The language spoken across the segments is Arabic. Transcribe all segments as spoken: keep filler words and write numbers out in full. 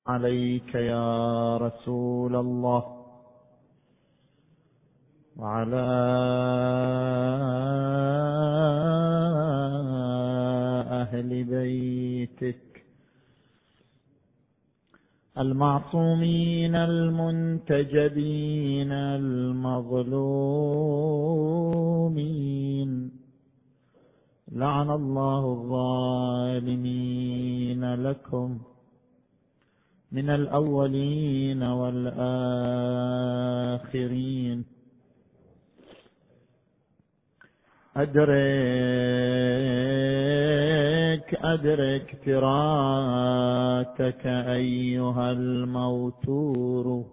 عليك يا رسول الله وعلى أهل بيتك المعصومين المنتجبين المظلومين. لعن الله الظالمين لكم من الأولين والآخرين. أدرك أدرك تراثك أيها الموتور،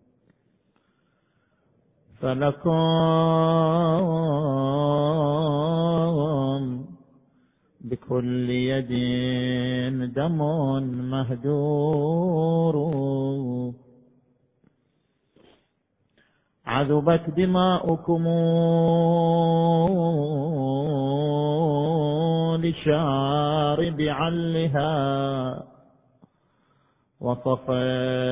فلكم بكل يد دم مهدور. عذبت دماؤكم لشارب علها، وصفت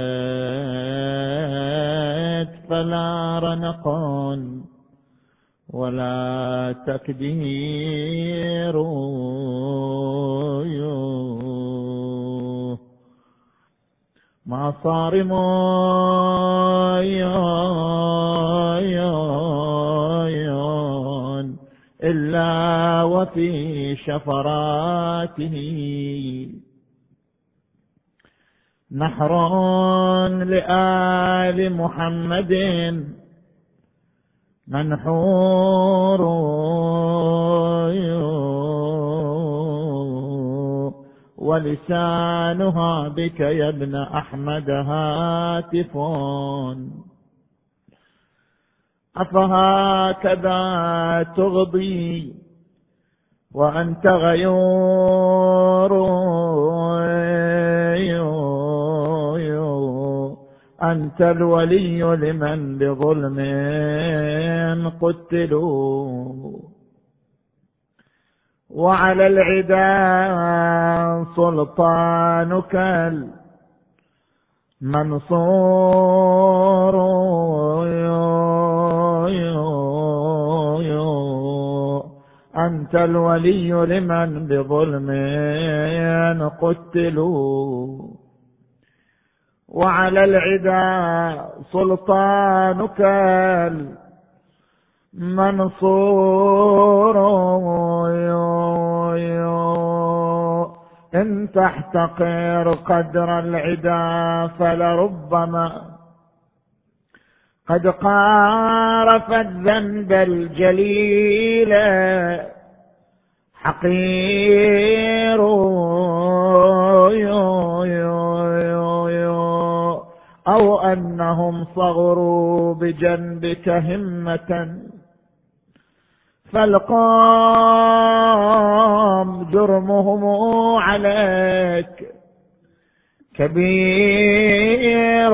فلا رنق ولا تكدير. ما صارم إلا وفي شفراته نحر لآل محمد منحور، ولسانها بك يا ابن أحمد هاتف. أفهكذا تغضي وأنت غيور؟ أنت الولي لمن بظلم قتلوا، وعلى العدا سلطانك المنصور. أنت الولي لمن بظلم قتلوا، وعلى العدا سلطانك المنصور. إن تحتقر قدر العدا فلربما قد قارف الذنب الجليل حقير. أو أنهم صغروا بجنبك همة فالقام جرمهم عليك كبير.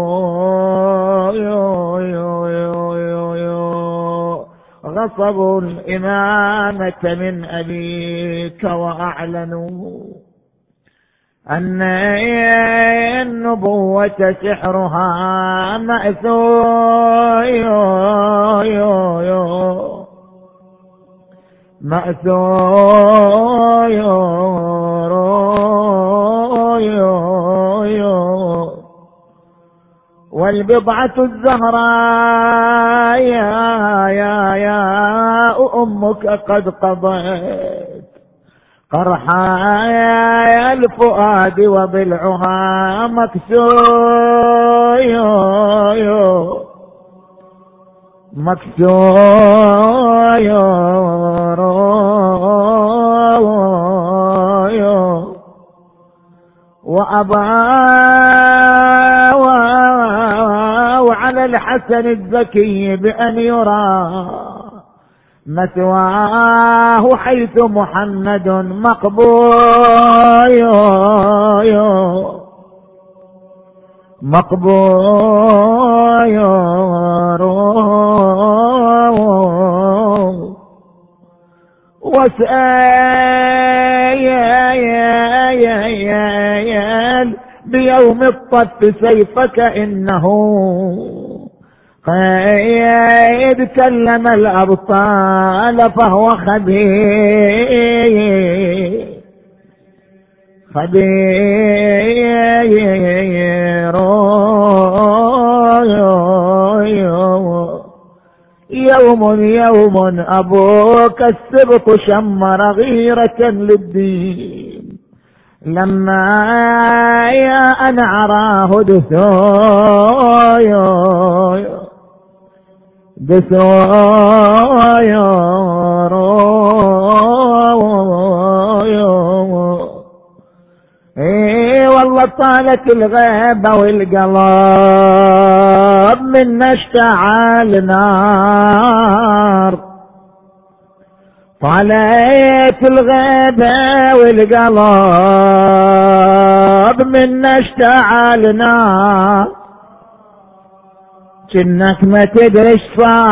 غصبوا الإمامة من أبيك وأعلنوا أن النبوة سحرها مأثور مأثور. والبضعة الزهراء يا يا يا أمك قد قضت قرحا الفؤاد وضلعها مكسور مكسور. وأبى وعلى الحسن الزكي بأن يرى مثواه حيث محمد مقبور مقبور. واسأل بيوم الطف سيفك إنه قد كلم الأبطال فهو خبير خبير يوم يوم أبوك السبط شمر غيرة للدين لما يا أنا عراه دثوي دثوي اي والله طالت الغيبة والقلب من اشتعل نار طالت الغيبة والقلب من اشتعل نار جنك ما تدري ايش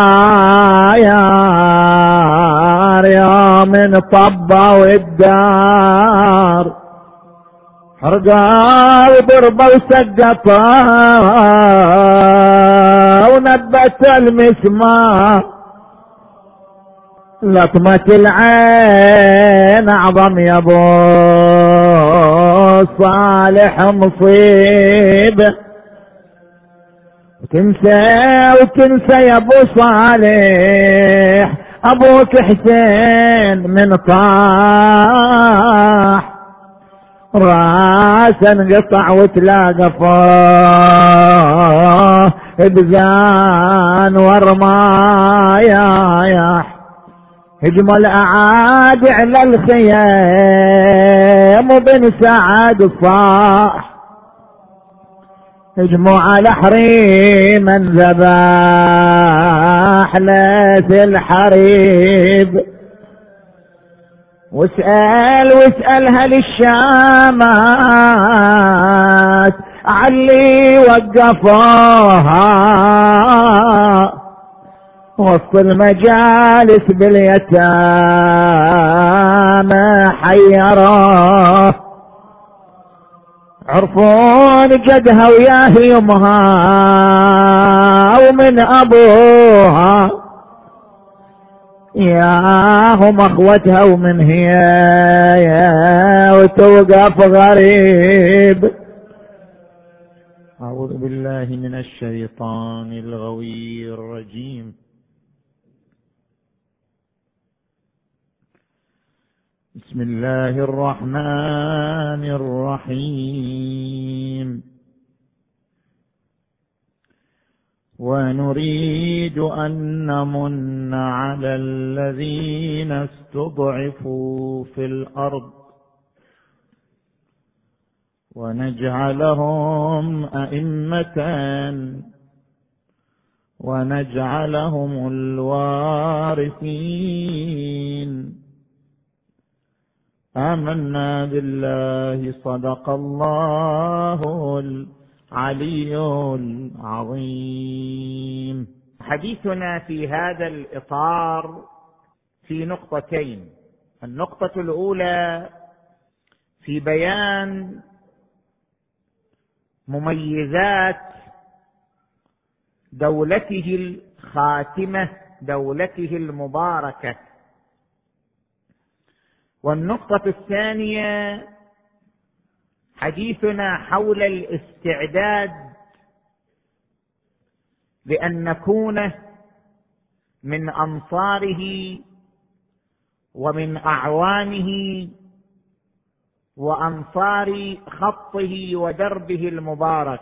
صاير يا من طبة والدار حرقا وضربة وسقطا ونبت المسمار لطمة العين أعظم يا ابو صالح مصيبة وتنسى وتنسى يا ابو صالح ابوك حسين من طاح راسا انقطع وتلاقى فاه بزان ورمايا هجموا الاعادي على الخيام وبن سعد صاح هجموا على حريما ذباح ليث الحريب واسأل واسأل هل الشامات علي وقفوها وسط المجالس باليتامى حيراه عرفون جدها وياه يمها ومن ابوها ياهم اخوتها ومن هي وتوقف غريب. أعوذ بالله من الشيطان الغوي الرجيم. بسم الله الرحمن الرحيم. ونريد أن نمن على الذين استضعفوا في الأرض ونجعلهم أئمة ونجعلهم الوارثين. آمنا بالله صدق الله العلي العظيم. حديثنا في هذا الإطار في نقطتين. النقطة الأولى في بيان مميزات دولته الخاتمة دولته المباركة، والنقطة الثانية حديثنا حول الاستعداد بأن نكون من أنصاره ومن أعوانه وأنصار خطه ودربه المبارك.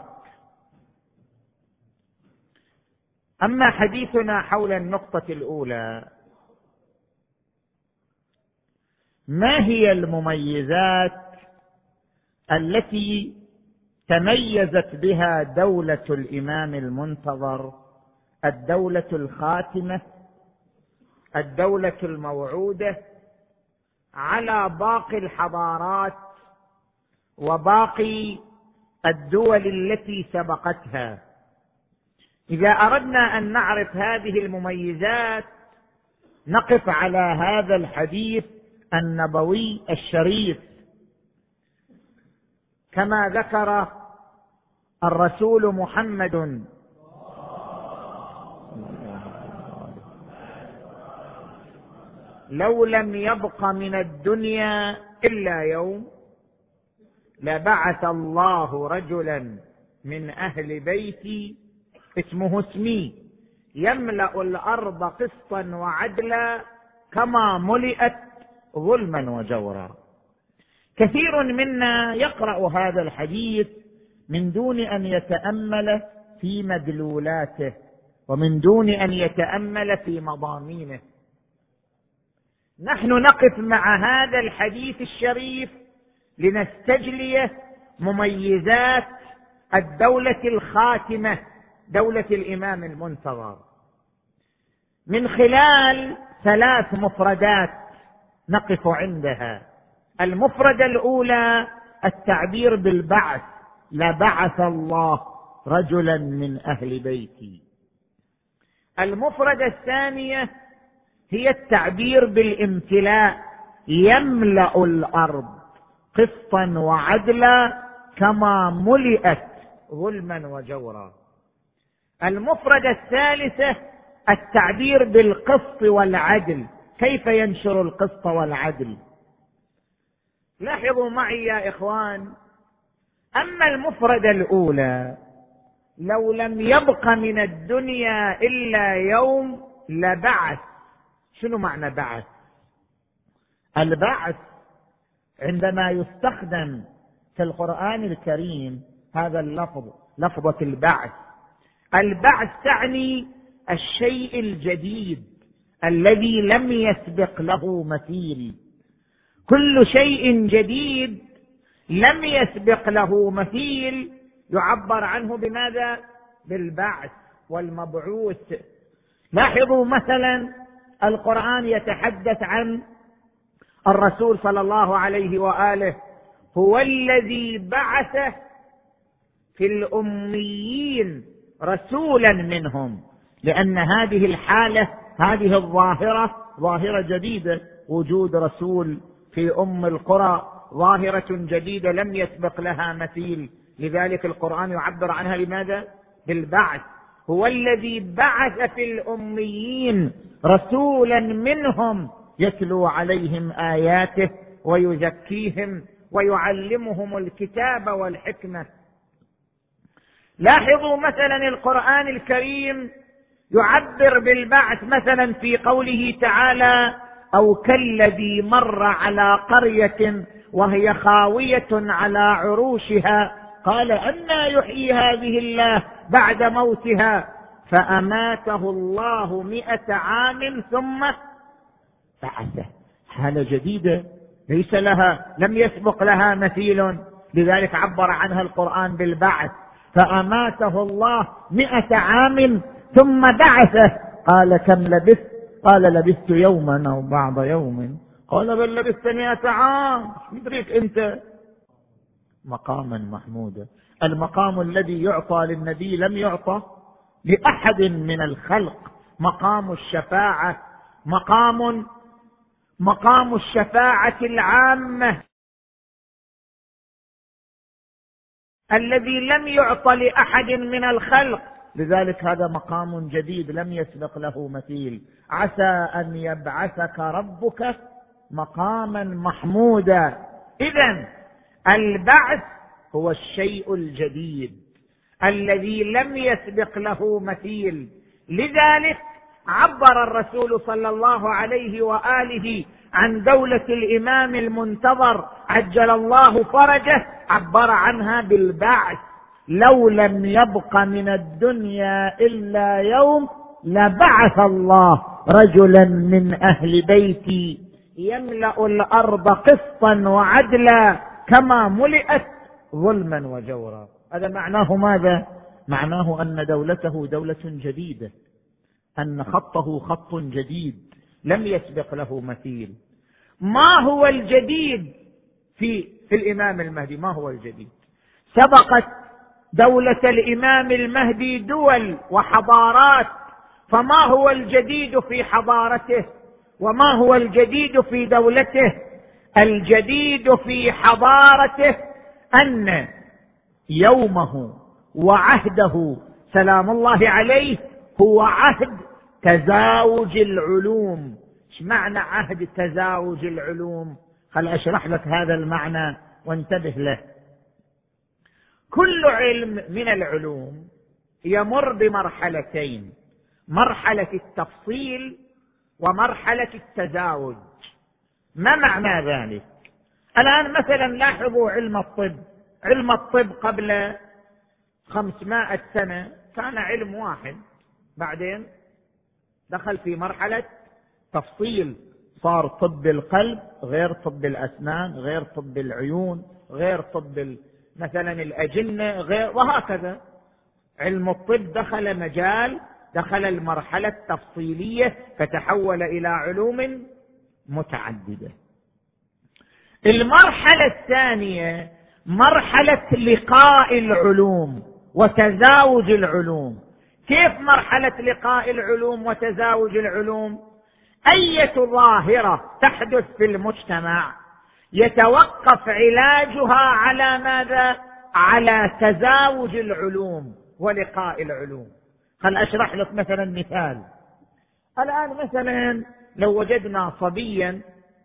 أما حديثنا حول النقطة الأولى، ما هي المميزات التي تميزت بها دولة الإمام المنتظر، الدولة الخاتمة، الدولة الموعودة على باقي الحضارات وباقي الدول التي سبقتها؟ إذا أردنا أن نعرف هذه المميزات نقف على هذا الحديث النبوي الشريف كما ذكر الرسول محمد لو لم يبق من الدنيا إلا يوم لبعث الله رجلا من أهل بيتي اسمه اسمي يملأ الأرض قسطا وعدلا كما ملئت ظلما وجورا. كثير منا يقرأ هذا الحديث من دون أن يتأمل في مدلولاته ومن دون أن يتأمل في مضامينه. نحن نقف مع هذا الحديث الشريف لنستجلي مميزات الدولة الخاتمة، دولة الإمام المنتظر، من خلال ثلاث مفردات نقف عندها. المفردة الأولى التعبير بالبعث، لبعث الله رجلا من أهل بيتي. المفردة الثانية هي التعبير بالامتلاء، يملأ الأرض قسطا وعدلا كما ملئت ظلما وجورا. المفردة الثالثة التعبير بالقسط والعدل، كيف ينشر القسط والعدل. لاحظوا معي يا إخوان، أما المفردة الأولى لو لم يبق من الدنيا إلا يوم لبعث. شنو معنى بعث؟ البعث عندما يستخدم في القرآن الكريم هذا اللفظ، لفظة البعث، البعث تعني الشيء الجديد الذي لم يسبق له مثيل. كل شيء جديد لم يسبق له مثيل يعبر عنه بماذا؟ بالبعث والمبعوث. لاحظوا مثلا القرآن يتحدث عن الرسول صلى الله عليه وآله، هو الذي بعث في الأميين رسولا منهم، لأن هذه الحالة، هذه الظاهرة ظاهرة جديدة، وجود رسول في أم القرى ظاهرة جديدة لم يسبق لها مثيل، لذلك القرآن يعبر عنها لماذا؟ بالبعث. هو الذي بعث في الأميين رسولا منهم يتلو عليهم آياته ويزكيهم ويعلمهم الكتاب والحكمة. لاحظوا مثلا القرآن الكريم يعبر بالبعث مثلا في قوله تعالى: أو كالذي مر على قرية وهي خاوية على عروشها قال أنى يحيي هذه الله بعد موتها فأماته الله مئة عام ثم بعثه. حالة جديدة ليس لها، لم يسبق لها مثيل، لذلك عبر عنها القرآن بالبعث. فأماته الله مئة عام ثم بعثه قال كم لبثت؟ قال لبثت يوما أو بعض يوم قال بل لبثت مئة عام. مدرك أنت مقاما محمودا. المقام الذي يعطى للنبي لم يعطى لأحد من الخلق، مقام الشفاعة، مقام مقام الشفاعة العامة الذي لم يعطى لأحد من الخلق، لذلك هذا مقام جديد لم يسبق له مثيل. عسى أن يبعثك ربك مقاما محمودا. إذن البعث هو الشيء الجديد الذي لم يسبق له مثيل، لذلك عبر الرسول صلى الله عليه وآله عن دولة الإمام المنتظر عجل الله فرجه، عبر عنها بالبعث. لو لم يبق من الدنيا إلا يوم لبعث الله رجلا من أهل بيتي يملأ الأرض قسطا وعدلا كما ملئت ظلما وجورا. هذا معناه ماذا؟ معناه أن دولته دولة جديدة، أن خطه خط جديد لم يسبق له مثيل. ما هو الجديد في في الإمام المهدي؟ ما هو الجديد؟ سبقت دولة الإمام المهدي دول وحضارات، فما هو الجديد في حضارته؟ وما هو الجديد في دولته؟ الجديد في حضارته أن يومه وعهده سلام الله عليه هو عهد تزاوج العلوم. ايش معنى عهد تزاوج العلوم؟ خل أشرح لك هذا المعنى وانتبه له. كل علم من العلوم يمر بمرحلتين، مرحلة التفصيل ومرحلة التزاوج. ما معنى ذلك؟ الآن مثلا لاحظوا علم الطب. علم الطب قبل خمسمائة سنة كان علم واحد، بعدين دخل في مرحلة تفصيل، صار طب القلب غير طب الأسنان غير طب العيون غير طب مثلا الأجنة غير، وهكذا. علم الطب دخل مجال، دخل المرحلة التفصيلية فتحول إلى علوم متعددة. المرحلة الثانية مرحلة لقاء العلوم وتزاوج العلوم. كيف مرحلة لقاء العلوم وتزاوج العلوم؟ أية ظاهرة تحدث في المجتمع يتوقف علاجها على ماذا؟ على تزاوج العلوم ولقاء العلوم. خل أشرح لك مثلا مثال. الآن مثلا لو وجدنا صبيا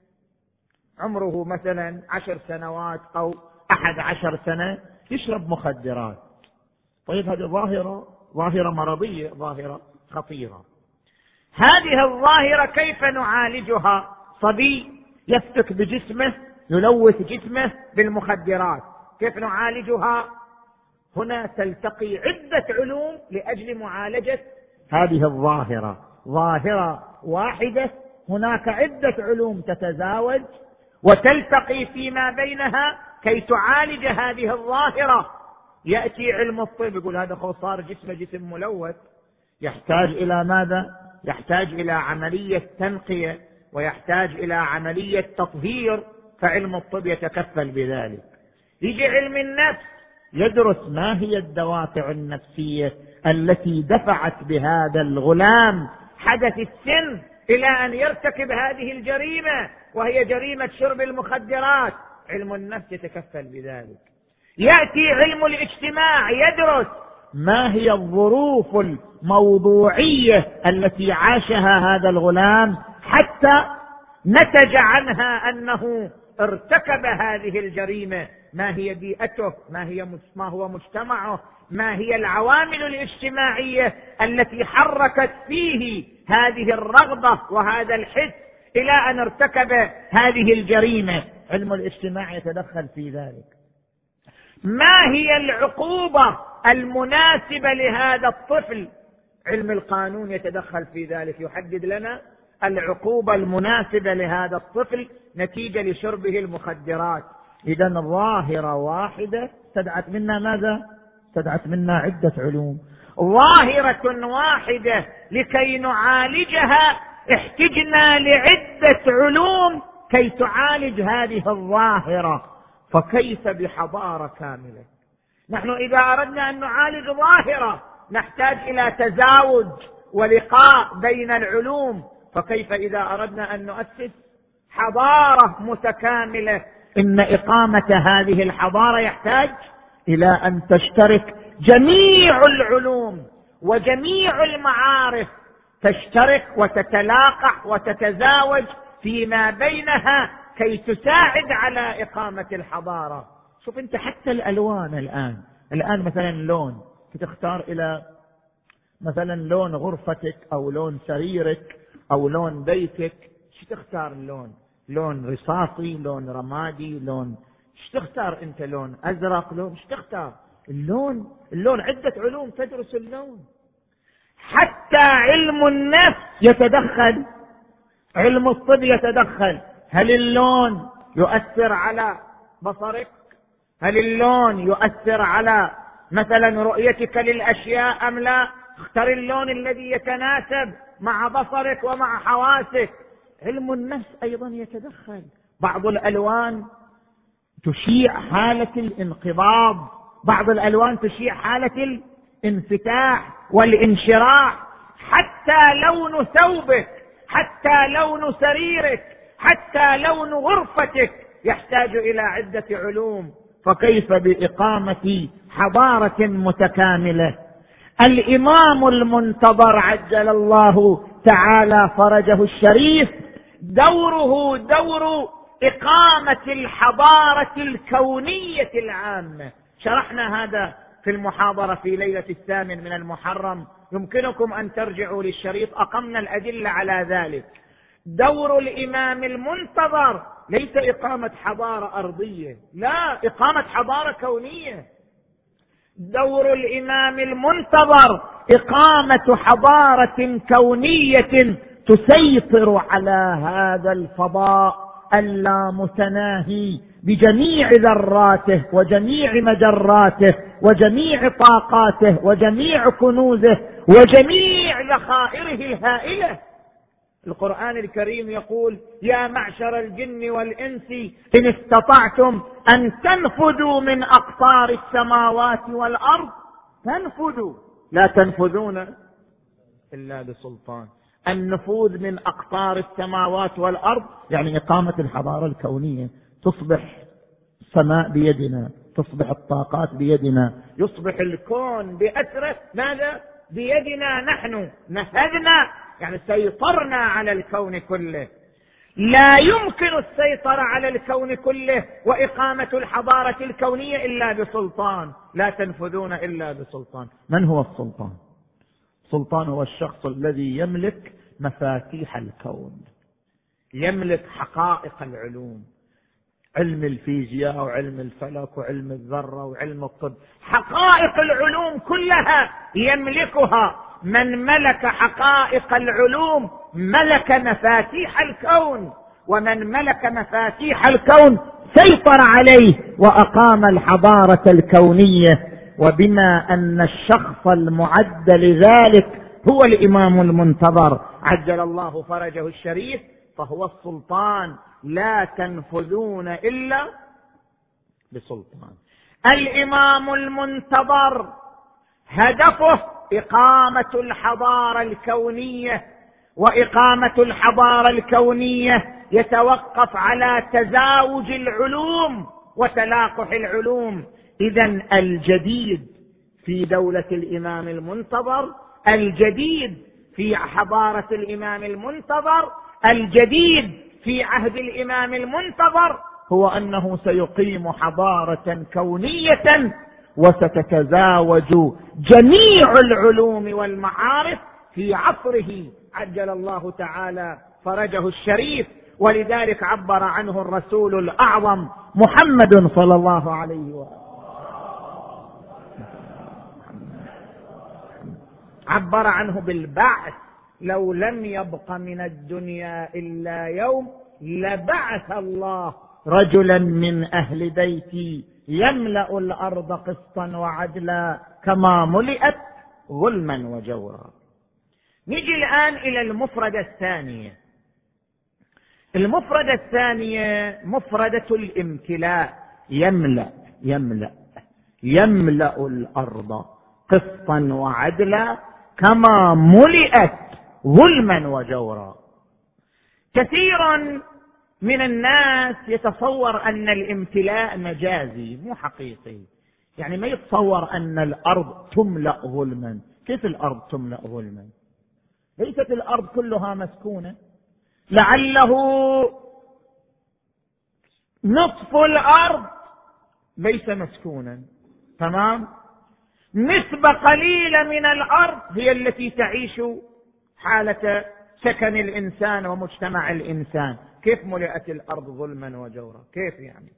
عمره مثلا عشر سنوات أو أحد عشر سنة يشرب مخدرات، طيب هذه ظاهرة ظاهرة مرضية، ظاهرة خطيرة. هذه الظاهرة كيف نعالجها؟ صبي يفتك بجسمه، يلوث جسمه بالمخدرات، كيف نعالجها؟ هنا تلتقي عدة علوم لأجل معالجة هذه الظاهرة. ظاهرة واحدة هناك عدة علوم تتزاوج وتلتقي فيما بينها كي تعالج هذه الظاهرة. يأتي علم الطب يقول هذا خو صار جسمه جسم ملوث، يحتاج إلى ماذا؟ يحتاج إلى عملية تنقية ويحتاج إلى عملية تطهير، فعلم الطب يتكفل بذلك. يجي علم النفس يدرس ما هي الدوافع النفسية التي دفعت بهذا الغلام حدث السن إلى أن يرتكب هذه الجريمة، وهي جريمة شرب المخدرات. علم النفس يتكفل بذلك. يأتي علم الاجتماع يدرس ما هي الظروف الموضوعية التي عاشها هذا الغلام حتى نتج عنها أنه ارتكب هذه الجريمة. ما هي بيئته، ما هي ما هو مجتمعه، ما هي العوامل الاجتماعية التي حركت فيه هذه الرغبة وهذا الحس إلى أن ارتكب هذه الجريمة. علم الاجتماع يتدخل في ذلك. ما هي العقوبة المناسبة لهذا الطفل؟ علم القانون يتدخل في ذلك، يحدد لنا العقوبة المناسبة لهذا الطفل نتيجة لشربه المخدرات. إذا ظاهرة واحدة استدعت منا ماذا؟ استدعت منا عدة علوم. ظاهرة واحدة لكي نعالجها احتجنا لعدة علوم كي تعالج هذه الظاهرة، فكيف بحضارة كاملة؟ نحن إذا أردنا أن نعالج ظاهرة نحتاج إلى تزاوج ولقاء بين العلوم، فكيف إذا أردنا أن نؤسس حضارة متكاملة؟ إن إقامة هذه الحضارة يحتاج إلى أن تشترك جميع العلوم وجميع المعارف، تشترك وتتلاقح وتتزاوج فيما بينها كي تساعد على إقامة الحضارة. شوف أنت حتى الألوان الآن الآن مثلا لون تختار إلى مثلا لون غرفتك أو لون سريرك أو لون بيتك، شو تختار اللون؟ لون رصاصي، لون رمادي، لون شو تختار أنت؟ لون أزرق، لون شو تختار؟ اللون اللون عدة علوم تدرس اللون. حتى علم النفس يتدخل، علم الطب يتدخل. هل اللون يؤثر على بصرك؟ هل اللون يؤثر على مثلا رؤيتك للأشياء أم لا؟ اختر اللون الذي يتناسب مع بصرك ومع حواسك. علم النفس أيضا يتدخل. بعض الألوان تشيع حالة الانقباض، بعض الألوان تشيع حالة الانفتاح والانشراح. حتى لون ثوبك، حتى لون سريرك، حتى لون غرفتك يحتاج إلى عدة علوم. فكيف بإقامة حضارة متكاملة؟ الإمام المنتظر عجل الله تعالى فرجه الشريف دوره دور إقامة الحضارة الكونية العامة. شرحنا هذا في المحاضرة في ليلة الثامن من المحرم، يمكنكم أن ترجعوا للشريط، أقمنا الأدلة على ذلك. دور الإمام المنتظر ليس إقامة حضارة أرضية، لا، إقامة حضارة كونية. دور الإمام المنتظر إقامة حضارة كونية تسيطر على هذا الفضاء اللامتناهي بجميع ذراته وجميع مجراته وجميع طاقاته وجميع كنوزه وجميع ذخائره الهائلة. القرآن الكريم يقول: يا معشر الجن والإنس إن استطعتم أن تنفذوا من أقطار السماوات والأرض تنفذوا، لا تنفذون إلا بسلطان. النفوذ من أقطار السماوات والأرض يعني إقامة الحضارة الكونية، تصبح السماء بيدنا، تصبح الطاقات بيدنا، يصبح الكون بأسره ماذا؟ بيدنا نحن. نفذنا يعني سيطرنا على الكون كله. لا يمكن السيطرة على الكون كله وإقامة الحضارة الكونية إلا بسلطان، لا تنفذون إلا بسلطان. من هو السلطان؟ السلطان هو الشخص الذي يملك مفاتيح الكون، يملك حقائق العلوم، علم الفيزياء وعلم الفلك وعلم الذرة وعلم الطب، حقائق العلوم كلها يملكها. من ملك حقائق العلوم ملك مفاتيح الكون، ومن ملك مفاتيح الكون سيطر عليه وأقام الحضارة الكونية. وبما أن الشخص المعد لذلك هو الإمام المنتظر عجل الله فرجه الشريف، فهو السلطان، لا تنفذون إلا بسلطان. الإمام المنتظر هدفه إقامة الحضارة الكونية، وإقامة الحضارة الكونية يتوقف على تزاوج العلوم وتلاقح العلوم. إذن الجديد في دولة الإمام المنتظر، الجديد في حضارة الإمام المنتظر، الجديد في عهد الإمام المنتظر هو أنه سيقيم حضارة كونية وستتزاوج جميع العلوم والمعارف في عصره عجل الله تعالى فرجه الشريف. ولذلك عبر عنه الرسول الأعظم محمد صلى الله عليه وآله، عبر عنه بالبعث: لو لم يبق من الدنيا إلا يوم لبعث الله رجلا من أهل بيتي يملأ الأرض قسطا وعدلا كما ملئت ظلما وجورا. نجي الآن إلى المفردة الثانية. المفردة الثانية مفردة الامتلاء. يملأ يملأ يملأ الأرض قسطا وعدلا كما ملئت ظلما وجورا. كثيرا من الناس يتصور أن الامتلاء مجازي مو حقيقي، يعني ما يتصور أن الأرض تملأ ظلما. كيف الأرض تملأ ظلما؟ ليست الأرض كلها مسكونة، لعله نصف الأرض ليس مسكونا، تمام؟ نسبة قليلة من الأرض هي التي تعيش حالة سكن الإنسان ومجتمع الإنسان. كيف ملئت الأرض ظلما وجورا؟ كيف يعني؟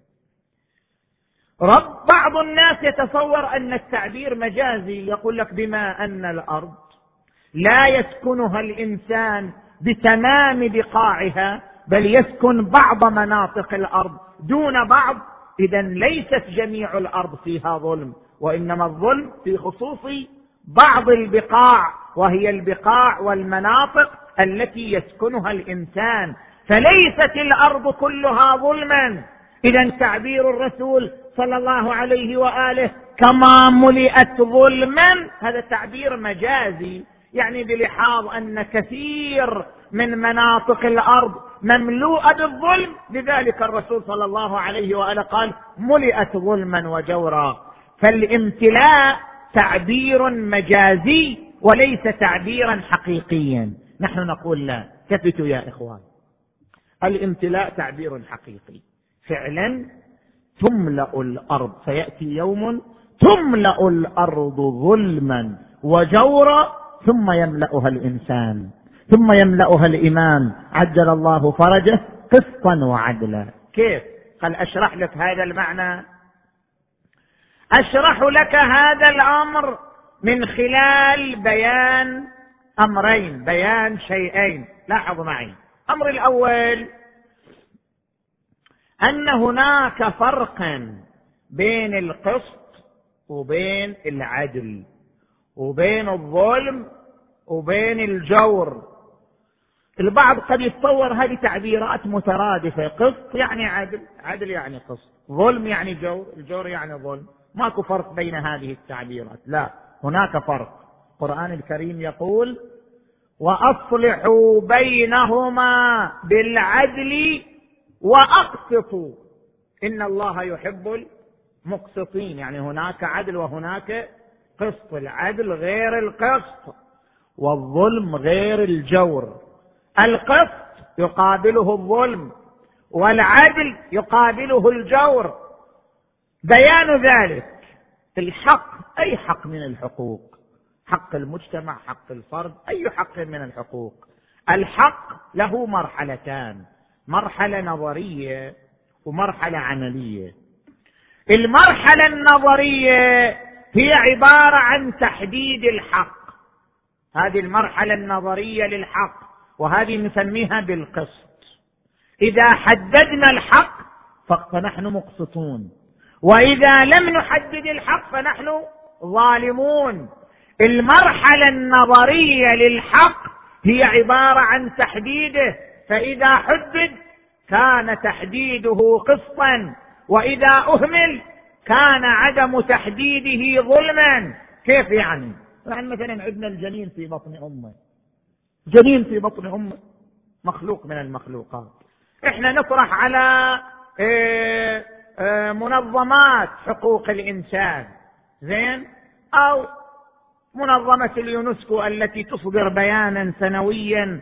رب بعض الناس يتصور أن التعبير مجازي، يقول لك بما أن الأرض لا يسكنها الإنسان بتمام بقاعها بل يسكن بعض مناطق الأرض دون بعض، إذن ليست جميع الأرض فيها ظلم، وإنما الظلم في خصوص بعض البقاع، وهي البقاع والمناطق التي يسكنها الإنسان، فليست الأرض كلها ظلما. إذن تعبير الرسول صلى الله عليه وآله كما ملئت ظلما هذا تعبير مجازي، يعني بلحاظ أن كثير من مناطق الأرض مملوءة بالظلم، لذلك الرسول صلى الله عليه وآله قال ملئت ظلما وجورا. فالامتلاء تعبير مجازي وليس تعبيرا حقيقيا. نحن نقول لا، ثبتوا يا إخوان، الامتلاء تعبير حقيقي فعلا. تملأ الأرض، سيأتي يوم تملأ الأرض ظلما وجورا ثم يملأها الإنسان، ثم يملأها الإمام عجل الله فرجه قسطا وعدلا. كيف؟ قال أشرح لك هذا المعنى، أشرح لك هذا الأمر من خلال بيان أمرين، بيان شيئين. لاحظوا معي، الأمر الأول أن هناك فرقا بين القسط وبين العدل وبين الظلم وبين الجور. البعض قد يتصور هذه تعبيرات مترادفة، قسط يعني عدل، عدل يعني قسط، ظلم يعني جور، الجور يعني ظلم. ماكو فرق بين هذه التعبيرات، لا، هناك فرق. القرآن الكريم يقول وأصلحوا بينهما بالعدل وأقسطوا إن الله يحب المقسطين. يعني هناك عدل وهناك قسط، العدل غير القسط والظلم غير الجور. القسط يقابله الظلم والعدل يقابله الجور. بيان ذلك الحق، أي حق من الحقوق، حق المجتمع، حق الفرد، أي حق من الحقوق. الحق له مرحلتان، مرحلة نظرية ومرحلة عملية. المرحلة النظرية هي عبارة عن تحديد الحق، هذه المرحلة النظرية للحق، وهذه نسميها بالقسط. إذا حددنا الحق فنحن مقسطون، وإذا لم نحدد الحق فنحن ظالمون. المرحلة النظرية للحق هي عبارة عن تحديده، فإذا حدد كان تحديده قسطا، وإذا أهمل كان عدم تحديده ظلما. كيف يعني؟ يعني مثلا عندنا الجنين في بطن أمه، جنين في بطن أمه مخلوق من المخلوقات، احنا نطرح على ايه ايه منظمات حقوق الإنسان، زين، أو منظمة اليونسكو التي تصدر بيانا سنويا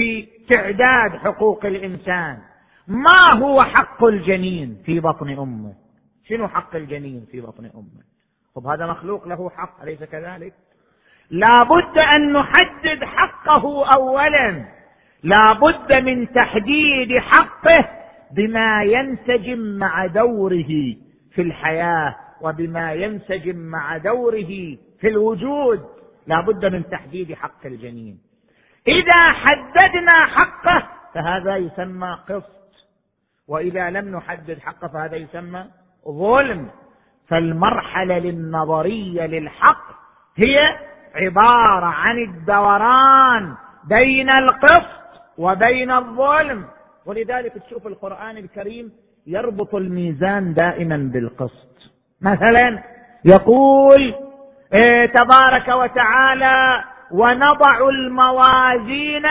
بتعداد حقوق الإنسان. ما هو حق الجنين في بطن أمه؟ شنو حق الجنين في بطن أمه؟ طب هذا مخلوق له حق، أليس كذلك؟ لا بد أن نحدد حقه أولا، لا بد من تحديد حقه بما ينسجم مع دوره في الحياة وبما ينسجم مع دوره في الوجود. لا بد من تحديد حق الجنين. إذا حددنا حقه فهذا يسمى قسط، وإذا لم نحدد حقه فهذا يسمى ظلم. فالمرحلة النظرية للحق هي عبارة عن الدوران بين القسط وبين الظلم. ولذلك تشوف القرآن الكريم يربط الميزان دائما بالقسط. مثلا يقول إيه تبارك وتعالى ونضع الموازين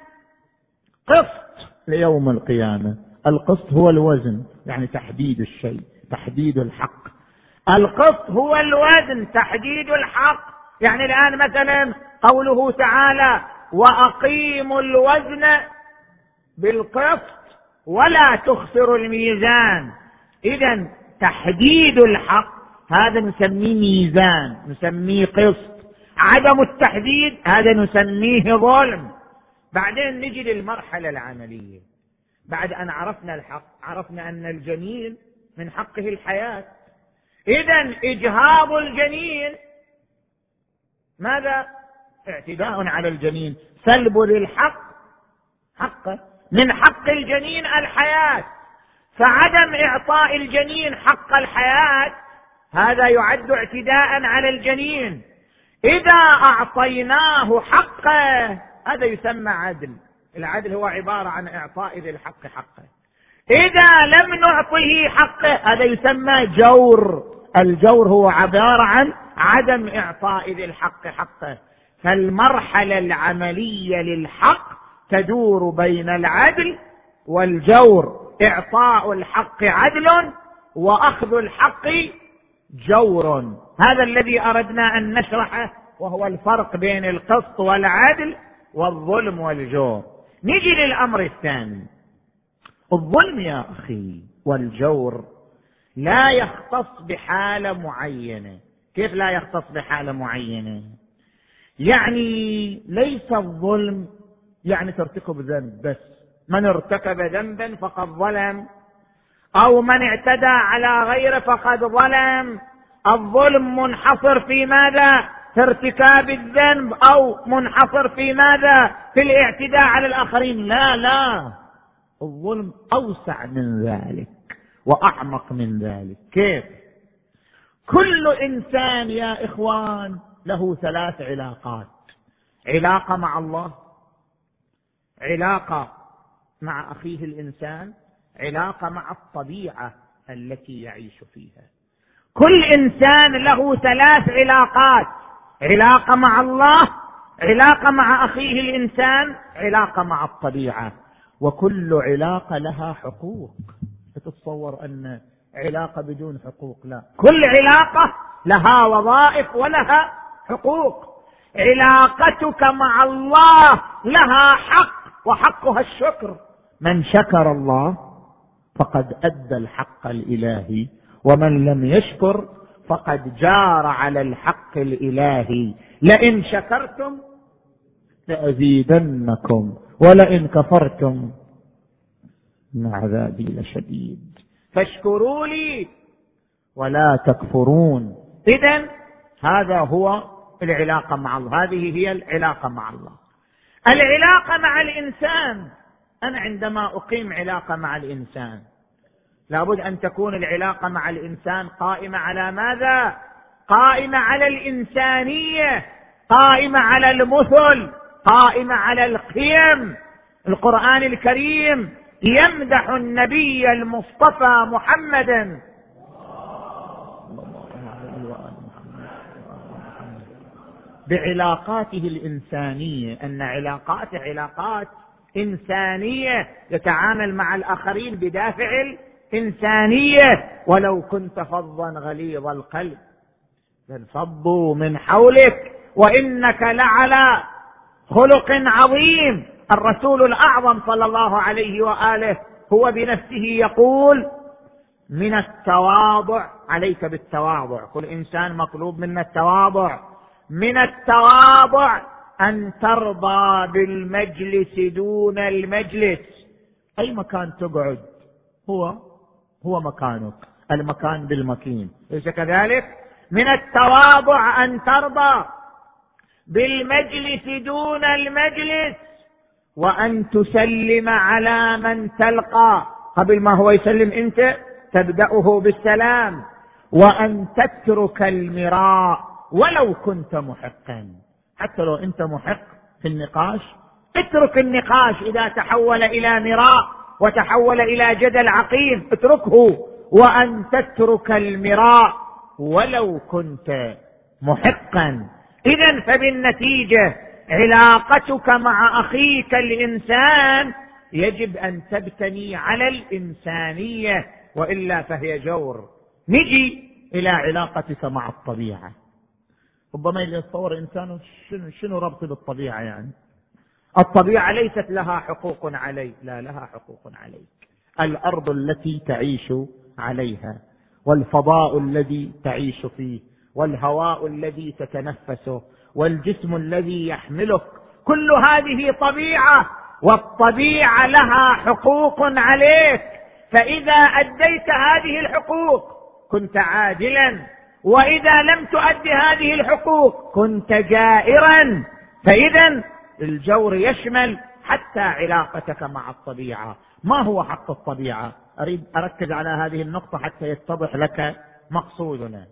القسط ليوم القيامة. القسط هو الوزن، يعني تحديد الشيء، تحديد الحق. القسط هو الوزن، تحديد الحق. يعني الآن مثلا قوله تعالى وأقيموا الوزن بالقسط ولا تخسروا الميزان. إذن تحديد الحق هذا نسميه ميزان، نسميه قسط. عدم التحديد هذا نسميه ظلم. بعدين نجي للمرحلة العملية. بعد أن عرفنا الحق، عرفنا أن الجنين من حقه الحياة، إذن إجهاض الجنين ماذا؟ اعتداء على الجنين، سلب للحق حقه. من حق الجنين الحياة، فعدم إعطاء الجنين حق الحياة هذا يعد اعتداء على الجنين. إذا أعطيناه حقه هذا يسمى عدل. العدل هو عبارة عن إعطاء ذي الحق حقه. إذا لم نعطه حقه هذا يسمى جور. الجور هو عبارة عن عدم إعطاء ذي الحق حقه. فالمرحلة العملية للحق تدور بين العدل والجور، إعطاء الحق عدل وأخذ الحق جور. هذا الذي أردنا أن نشرحه، وهو الفرق بين القسط والعدل والظلم والجور. نجي للأمر الثاني. الظلم يا أخي والجور لا يختص بحالة معينة. كيف لا يختص بحالة معينة؟ يعني ليس الظلم يعني ترتكب ذنب بس، من ارتكب ذنبا فقد ظلم، أو من اعتدى على غيره فقد ظلم. الظلم منحصر في ماذا؟ في ارتكاب الذنب، أو منحصر في ماذا؟ في الاعتداء على الآخرين. لا لا، الظلم أوسع من ذلك وأعمق من ذلك. كيف؟ كل إنسان يا إخوان له ثلاث علاقات: علاقة مع الله، علاقة مع أخيه الإنسان، علاقة مع الطبيعة التي يعيش فيها. كل إنسان له ثلاث علاقات: علاقة مع الله، علاقة مع أخيه الإنسان، علاقة مع الطبيعة. وكل علاقة لها حقوق. تتصور أن علاقة بدون حقوق؟ لا، كل علاقة لها وظائف ولها حقوق. علاقتك مع الله لها حق، وحقها الشكر. من شكر الله فقد أدى الحق الإلهي، ومن لم يشكر فقد جار على الحق الإلهي. لئن شكرتم لأزيدنكم ولئن كفرتم إن عذابي لشديد. فاشكروا لي ولا تكفرون. إذن هذا هو العلاقة مع الله، هذه هي العلاقة مع الله. العلاقة مع الإنسان، أنا عندما أقيم علاقة مع الإنسان لابد أن تكون العلاقة مع الإنسان قائمة على ماذا؟ قائمة على الإنسانية، قائمة على المثل، قائمة على القيم. القرآن الكريم يمدح النبي المصطفى محمدا بعلاقاته الإنسانية، أن علاقات علاقات إنسانية، يتعامل مع الآخرين بدافع الإنسانية. ولو كنت فظا غليظ القلب لانفضوا من حولك وإنك لعلى خلق عظيم. الرسول الأعظم صلى الله عليه وآله هو بنفسه يقول: من التواضع، عليك بالتواضع، كل إنسان مطلوب منا التواضع، من التواضع أن ترضى بالمجلس دون المجلس. أي مكان تقعد هو هو مكانك، المكان بالمكين، ليس كذلك؟ من التواضع أن ترضى بالمجلس دون المجلس، وأن تسلم على من تلقى قبل ما هو يسلم أنت تبدأه بالسلام، وأن تترك المراء ولو كنت محقا. حتى لو أنت محق في النقاش اترك النقاش، إذا تحول إلى مراء وتحول إلى جدل عقيم اتركه، وأن تترك المراء ولو كنت محقا. إذن فبالنتيجة علاقتك مع أخيك الإنسان يجب أن تبتني على الإنسانية، وإلا فهي جور. نجي إلى علاقتك مع الطبيعة. ربما يتصور إنسان شنو, شنو ربط بالطبيعة؟ يعني الطبيعة ليست لها حقوق عليك. لا، لها حقوق عليك. الأرض التي تعيش عليها، والفضاء الذي تعيش فيه، والهواء الذي تتنفسه، والجسم الذي يحملك، كل هذه طبيعة، والطبيعة لها حقوق عليك. فإذا أديت هذه الحقوق كنت عادلا، وإذا لم تؤدي هذه الحقوق كنت جائرا. فإذا الجور يشمل حتى علاقتك مع الطبيعة. ما هو حق الطبيعة؟ أريد أركز على هذه النقطة حتى يتضح لك مقصودنا.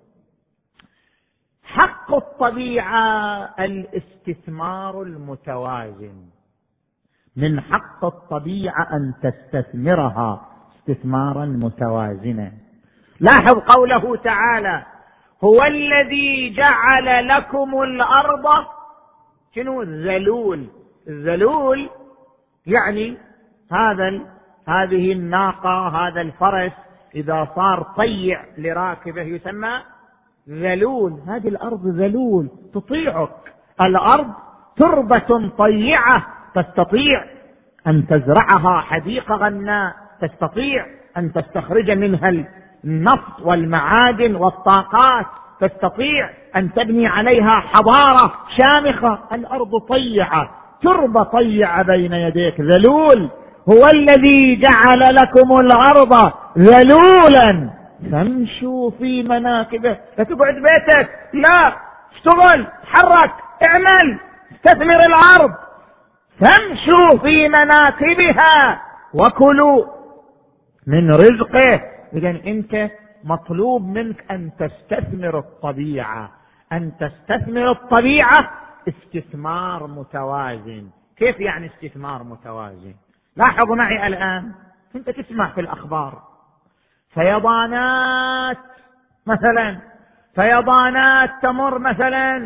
حق الطبيعة الاستثمار المتوازن. من حق الطبيعة أن تستثمرها استثمارا متوازنا. لاحظ قوله تعالى: هو الذي جعل لكم الأرض شنو؟ الذلول. الذلول يعني هذا هذه الناقة هذا الفرس إذا صار طيع لراكبه يسمى ذلول. هذه الأرض ذلول تطيعك، الأرض تربة طيعة تستطيع أن تزرعها حديقة غناء، تستطيع أن تستخرج منها النفط والمعادن والطاقات، تستطيع أن تبني عليها حضارة شامخة. الأرض طيعة، تربة طيعة بين يديك، ذلول. هو الذي جعل لكم الأرض ذلولا فامشوا في مناكبه. لا تقعد بيتك، لا، اشتغل، تحرك، اعمل، استثمر الأرض. فامشوا في مناكبها وكلوا من رزقه. إذن أنت مطلوب منك أن تستثمر الطبيعة، أن تستثمر الطبيعة استثمار متوازن. كيف يعني استثمار متوازن؟ لاحظ معي الآن، أنت تسمع في الأخبار فيضانات مثلا، فيضانات تمر مثلا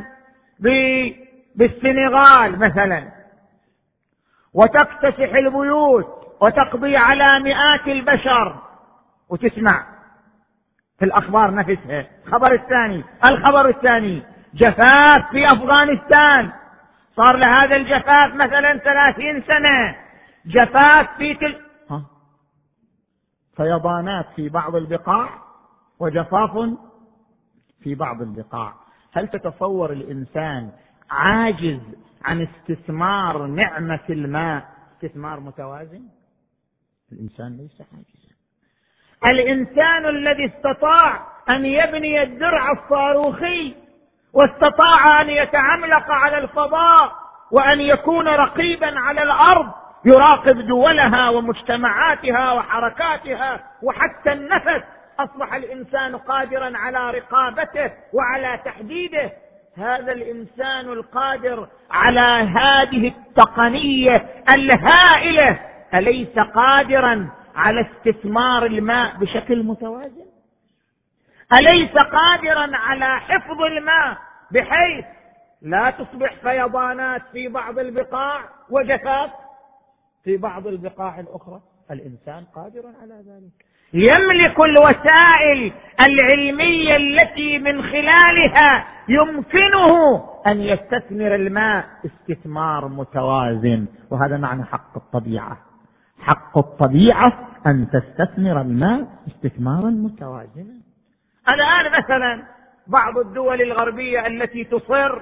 بالسنغال مثلا وتكتسح البيوت وتقضي على مئات البشر، وتسمع في الأخبار نفسها. الخبر الثاني الخبر الثاني جفاف في أفغانستان، صار لهذا الجفاف مثلا ثلاثين سنة، جفاف في تل... ها؟ فيضانات في بعض البقاع وجفاف في بعض البقاع. هل تتصور الإنسان عاجز عن استثمار نعمة الماء استثمار متوازن؟ الإنسان ليس عاجزا. الإنسان الذي استطاع أن يبني الدرع الصاروخي واستطاع أن يتعملق على الفضاء وأن يكون رقيبا على الأرض، يراقب دولها ومجتمعاتها وحركاتها وحتى النفس، أصبح الإنسان قادرا على رقابته وعلى تحديده. هذا الإنسان القادر على هذه التقنية الهائلة أليس قادرا على استثمار الماء بشكل متوازن؟ أليس قادرا على حفظ الماء بحيث لا تصبح فيضانات في بعض البقاع وجفاف في بعض البقاع الأخرى؟ الإنسان قادر على ذلك، يملك الوسائل العلمية التي من خلالها يمكنه أن يستثمر الماء استثمار متوازن. وهذا معنى حق الطبيعة. حق الطبيعة أن تستثمر الماء استثمارا متوازنا. الآن مثلا بعض الدول الغربية التي تصر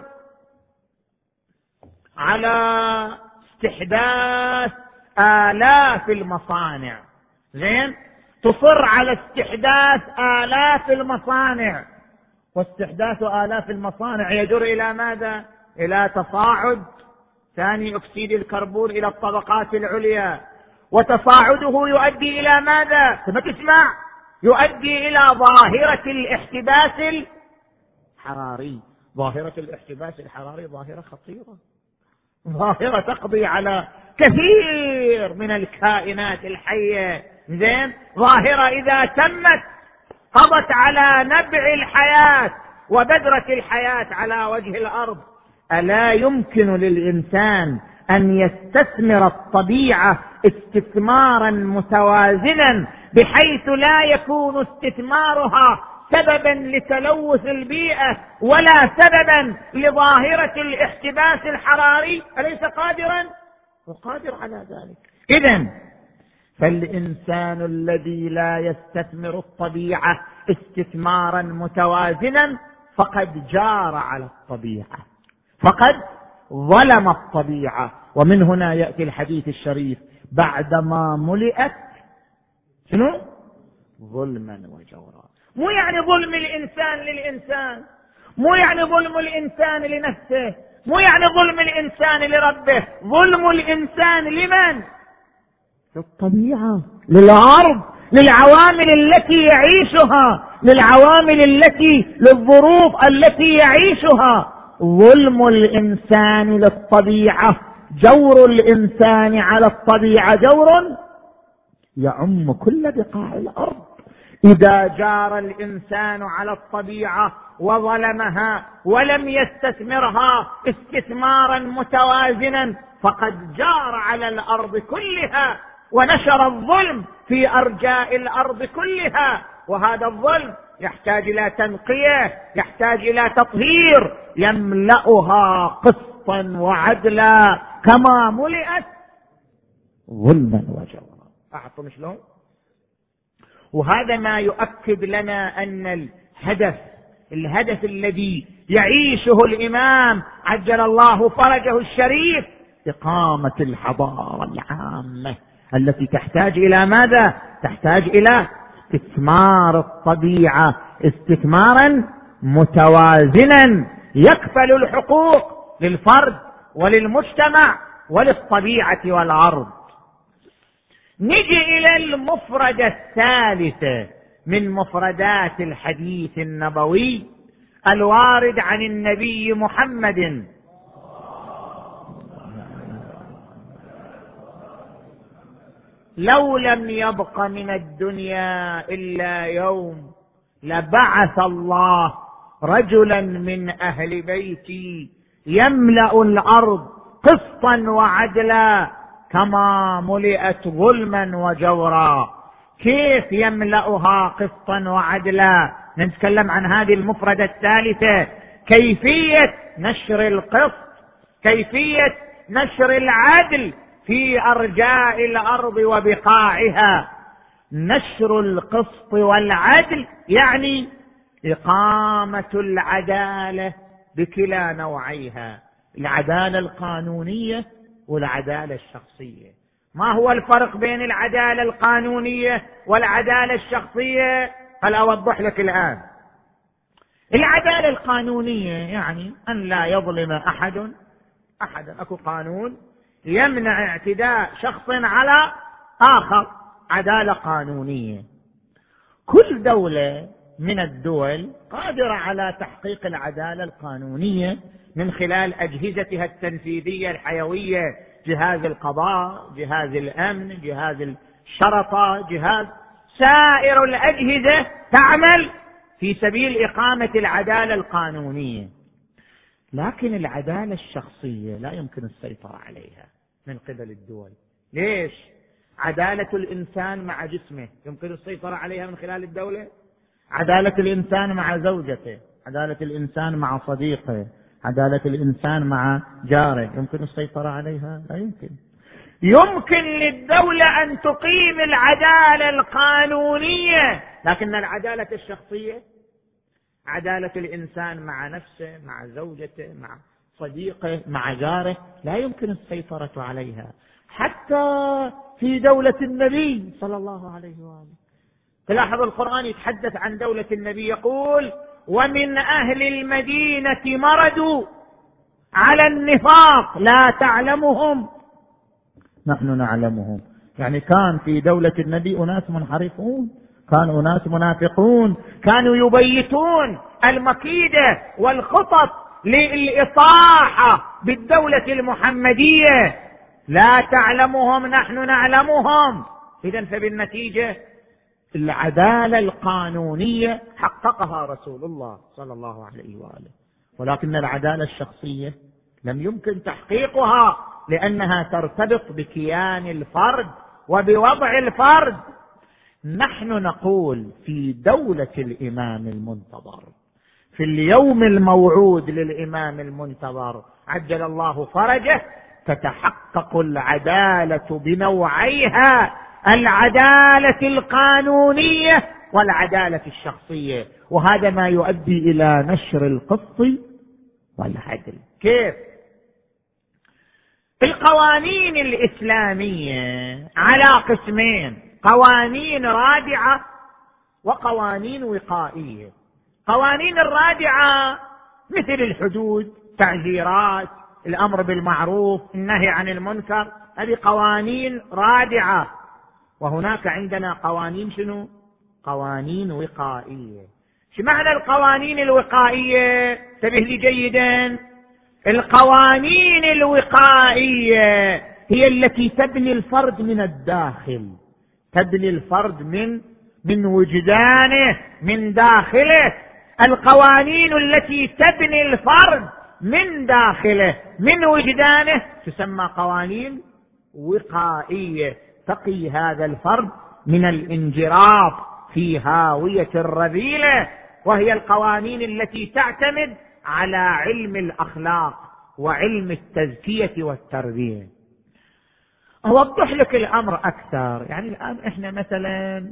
على استحداث آلاف المصانع، زين، تصر على استحداث آلاف المصانع، واستحداث آلاف المصانع يجر إلى ماذا؟ إلى تصاعد ثاني أكسيد الكربون إلى الطبقات العليا، وتصاعده يؤدي إلى ماذا؟ ثم تسمع يؤدي إلى ظاهرة الاحتباس الحراري. ظاهرة الاحتباس الحراري ظاهرة خطيرة، ظاهرة تقضي على كثير من الكائنات الحية، زين، ظاهرة إذا تمت قضت على نبع الحياة وبذرة الحياة على وجه الأرض. ألا يمكن للإنسان أن يستثمر الطبيعة استثمارا متوازنا بحيث لا يكون استثمارها سببا لتلوث البيئة ولا سببا لظاهرة الاحتباس الحراري؟ أليس قادرا؟ وقادر على ذلك. إذن فالإنسان الذي لا يستثمر الطبيعة استثمارا متوازنا فقد جار على الطبيعة، فقد ظلم الطبيعة. ومن هنا يأتي الحديث الشريف: بعدما ملئت شنو؟ ظلما وجورا. مو يعني ظلم الإنسان للإنسان، مو يعني ظلم الإنسان لنفسه، مو يعني ظلم الإنسان لربه، ظلم الإنسان لمن؟ للطبيعة، للأرض، للعوامل التي يعيشها، للعوامل التي للظروف التي يعيشها. ظلم الإنسان للطبيعة، جور الإنسان على الطبيعة جور يعم كل بقاع الأرض، إذا جار الإنسان على الطبيعة وظلمها ولم يستثمرها استثمارا متوازنا فقد جار على الأرض كلها ونشر الظلم في أرجاء الأرض كلها، وهذا الظلم يحتاج إلى تنقية، يحتاج إلى تطهير، يملأها قسطا وعدلا كما ملئت ظلما وجورا. أعطوا شلون؟ وهذا ما يؤكد لنا أن الهدف الهدف الذي يعيشه الإمام عجل الله فرجه الشريف إقامة الحضارة العامة التي تحتاج إلى ماذا؟ تحتاج إلى استثمار الطبيعة استثمارا متوازنا يكفل الحقوق للفرد وللمجتمع وللطبيعة والأرض. نجي إلى المفردة الثالثة من مفردات الحديث النبوي الوارد عن النبي محمد لو لم يبق من الدنيا إلا يوم لبعث الله رجلا من أهل بيتي يملأ الأرض قسطا وعدلا كما ملئت ظلما وجورا. كيف يملأها قسطا وعدلا؟ نتكلم عن هذه المفردة الثالثة، كيفية نشر القسط، كيفية نشر العدل في أرجاء الأرض وبقاعها. نشر القسط والعدل يعني إقامة العدالة بكلا نوعيها، العدالة القانونية والعدالة الشخصية. ما هو الفرق بين العدالة القانونية والعدالة الشخصية؟ هل أوضح لك الآن. العدالة القانونية يعني أن لا يظلم أحد أحدا، أكو قانون يمنع اعتداء شخص على آخر، عدالة قانونية. كل دولة من الدول قادرة على تحقيق العدالة القانونية من خلال أجهزتها التنفيذية الحيوية، جهاز القضاء، جهاز الأمن، جهاز الشرطة، جهاز سائر الأجهزة تعمل في سبيل إقامة العدالة القانونية. لكن العدالة الشخصية لا يمكن السيطرة عليها من قبل الدول. ليش؟ عدالة الإنسان مع جسمه يمكن السيطرة عليها من خلال الدولة؟ عدالة الإنسان مع زوجته، عدالة الإنسان مع صديقه، عدالة الإنسان مع جاره يمكن السيطرة عليها؟ لا يمكن. يمكن للدولة أن تقيم العدالة القانونية، لكن العدالة الشخصية، عدالة الإنسان مع نفسه، مع زوجته، مع صديقه، مع جاره، لا يمكن السيطرة عليها. حتى في دولة النبي صلى الله عليه وآله تلاحظ القرآن يتحدث عن دولة النبي يقول: ومن أهل المدينة مردوا على النفاق لا تعلمهم نحن نعلمهم. يعني كان في دولة النبي أناس منحرفون، كانوا أناس منافقون، كانوا يبيتون المكيدة والخطط للإطاحة بالدولة المحمدية، لا تعلمهم نحن نعلمهم. إذن فبالنتيجة العدالة القانونية حققها رسول الله صلى الله عليه وآله، ولكن العدالة الشخصية لم يمكن تحقيقها لأنها ترتبط بكيان الفرد وبوضع الفرد. نحن نقول في دولة الإمام المنتظر، في اليوم الموعود للإمام المنتظر عجل الله فرجه، تتحقق العدالة بنوعيها، العدالة القانونية والعدالة الشخصية، وهذا ما يؤدي إلى نشر القسط والعدل. كيف؟ القوانين الإسلامية على قسمين: قوانين رادعة وقوانين وقائية. قوانين الرادعة مثل الحدود، تعزيرات، الأمر بالمعروف، النهي عن المنكر، هذه قوانين رادعة. وهناك عندنا قوانين شنو؟ قوانين وقائية. شو معنى القوانين الوقائية؟ انتبه لي جيدا. القوانين الوقائية هي التي تبني الفرد من الداخل، تبني الفرد من من وجدانه من داخله، القوانين التي تبني الفرد من داخله من وجدانه تسمى قوانين وقائية تقي هذا الفرد من الانجراف في هاوية الرذيلة، وهي القوانين التي تعتمد على علم الأخلاق وعلم التزكية والتربية. أوضح لك الأمر أكثر. يعني الآن إحنا مثلا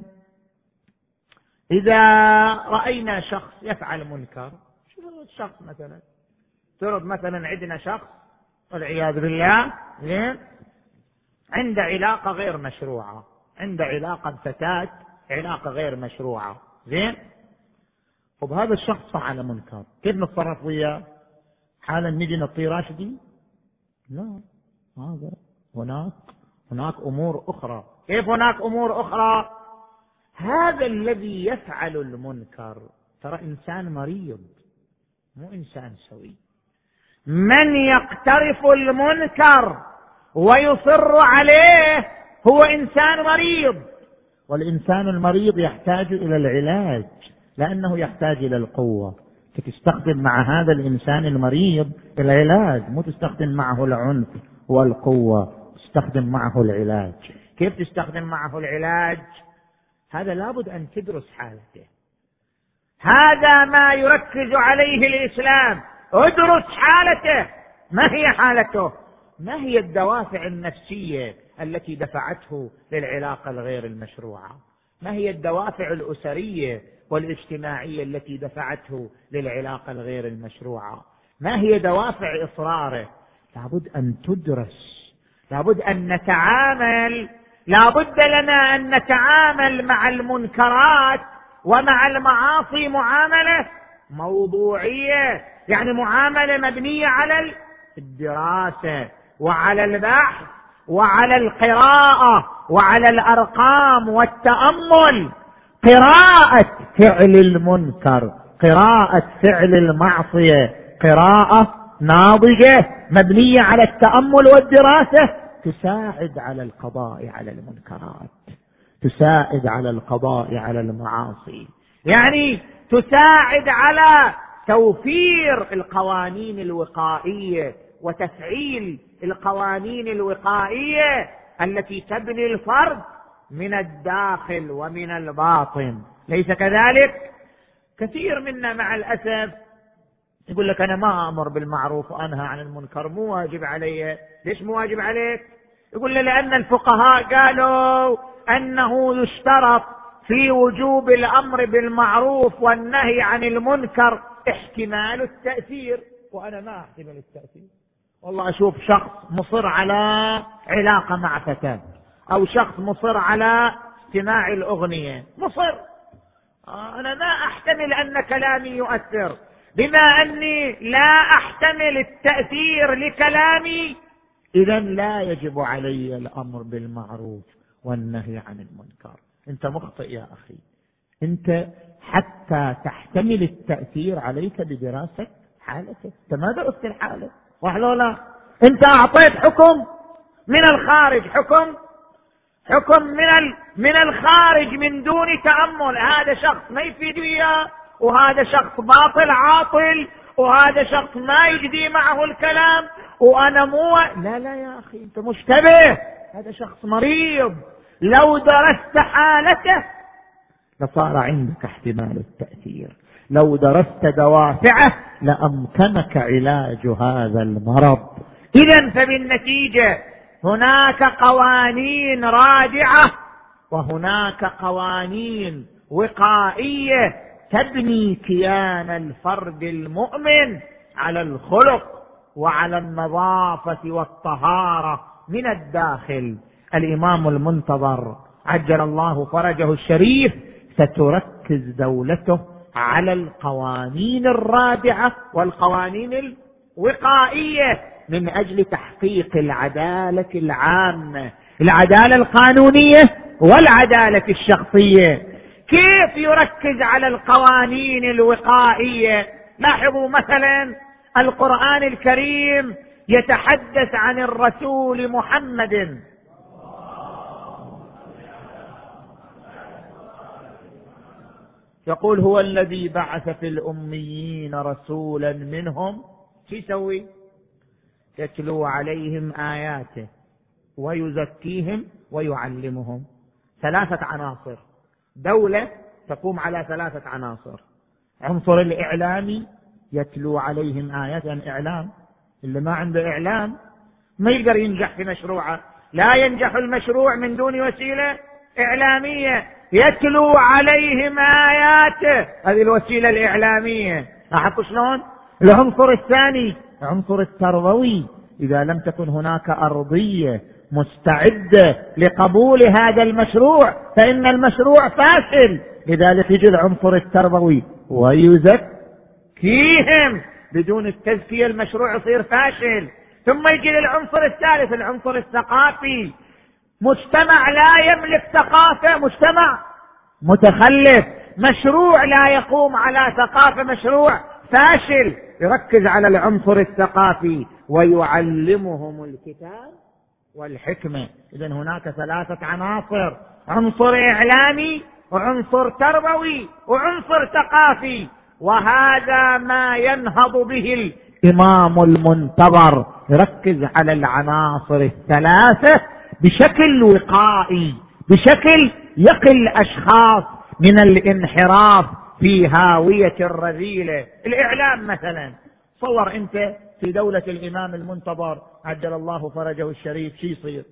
إذا رأينا شخص يفعل منكر، شو هو الشخص مثلا؟ ترد مثلا عندنا شخص والعياذ بالله زين عنده علاقة غير مشروعة، عنده علاقة فتاة علاقة غير مشروعة زين، وبهذا الشخص فعل منكر، كيف نتصرف وياه؟ حالا نجي نطي راشدي؟ لا، هذا هناك هناك أمور أخرى. كيف هناك أمور أخرى؟ هذا الذي يفعل المنكر ترى إنسان مريض مو إنسان سوي. من يقترف المنكر ويصر عليه هو إنسان مريض، والإنسان المريض يحتاج إلى العلاج لأنه يحتاج إلى القوة. تستخدم مع هذا الإنسان المريض العلاج، مو تستخدم معه العنف والقوة، تستخدم معه العلاج. كيف تستخدم معه العلاج؟ هذا لابد أن تدرس حالته. هذا ما يركز عليه الإسلام، ادرس حالته. ما هي حالته؟ ما هي الدوافع النفسية التي دفعته للعلاقة الغير المشروعة؟ ما هي الدوافع الأسرية والاجتماعية التي دفعته للعلاقة الغير المشروعة؟ ما هي دوافع إصراره؟ لابد أن تدرس، لابد أن نتعامل، لابد لنا أن نتعامل مع المنكرات ومع المعاصي معاملة موضوعية، يعني معاملة مبنية على الدراسة وعلى البحث وعلى القراءة وعلى الأرقام والتأمل. قراءة فعل المنكر، قراءة فعل المعصية، قراءة ناضجة مبنية على التأمل والدراسة تساعد على القضاء على المنكرات، تساعد على القضاء على المعاصي، يعني تساعد على توفير القوانين الوقائية وتفعيل القوانين الوقائية التي تبني الفرد من الداخل ومن الباطن. ليس كذلك؟ كثير منا مع الأسف يقول لك أنا ما أمر بالمعروف وأنهى عن المنكر، مو واجب علي. ليش مو واجب عليك؟ يقول لي لأن الفقهاء قالوا أنه يشترط في وجوب الأمر بالمعروف والنهي عن المنكر احتمال التأثير، وأنا ما أحتمل التأثير. والله أشوف شخص مصر على علاقة مع فتاة، أو شخص مصر على استماع الأغنية، مصر، أنا ما أحتمل أن كلامي يؤثر. بما أني لا أحتمل التأثير لكلامي، إذا لا يجب علي الأمر بالمعروف والنهي عن المنكر. أنت مخطئ يا أخي. أنت حتى تحتمل التأثير عليك بدراسة حالتك. أنت ما درست الحالة وحلولا، أنت أعطيت حكم من الخارج، حكم حكم من ال... من الخارج من دون تأمل. هذا شخص ما يفيد وياه، وهذا شخص باطل عاطل، وهذا شخص ما يجدي معه الكلام، وأنا مو لا لا يا أخي أنت مشتبه، هذا شخص مريض. لو درست حالته لصار عندك احتمال التأثير، لو درست دوافعه لأمكنك علاج هذا المرض. إذن فبالنتيجة هناك قوانين رادعة وهناك قوانين وقائية تبني كيان الفرد المؤمن على الخلق وعلى النظافة والطهارة من الداخل. الإمام المنتظر عجل الله فرجه الشريف ستركز دولته على القوانين الرادعة والقوانين الوقائية من أجل تحقيق العدالة العامة، العدالة القانونية والعدالة الشخصية. كيف يركز على القوانين الوقائية؟ لاحظوا مثلا القرآن الكريم يتحدث عن الرسول محمد يقول هو الذي بعث في الأميين رسولا منهم، شو يسوي؟ يتلو عليهم آياته ويزكيهم ويعلمهم. ثلاثة عناصر. دولة تقوم على ثلاثة عناصر. عنصر الإعلامي، يتلو عليهم آيات، يعني إعلام. اللي ما عنده إعلام ما يقدر ينجح في مشروعه. لا ينجح المشروع من دون وسيلة إعلامية. يتلو عليهم آياته، هذه الوسيلة الإعلامية. لاحظوا شلون؟ العنصر الثاني عنصر التربوي. إذا لم تكن هناك أرضية مستعدة لقبول هذا المشروع فإن المشروع فاشل. لذلك يجي العنصر التربوي ويزكيهم. بدون التزكية المشروع يصير فاشل. ثم يجي للعنصر الثالث، العنصر الثقافي. مجتمع لا يملك ثقافة مجتمع متخلف. مشروع لا يقوم على ثقافة مشروع فاشل. يركز على العنصر الثقافي ويعلمهم الكتاب والحكمة. إذن هناك ثلاثة عناصر: عنصر إعلامي وعنصر تربوي وعنصر ثقافي. وهذا ما ينهض به الإمام المنتظر. يركز على العناصر الثلاثة بشكل وقائي، بشكل يقي الأشخاص من الانحراف في هاوية الرذيلة. الإعلام مثلا، صور أنت في دولة الإمام المنتظر عجل الله فرجه الشريف شي يصير؟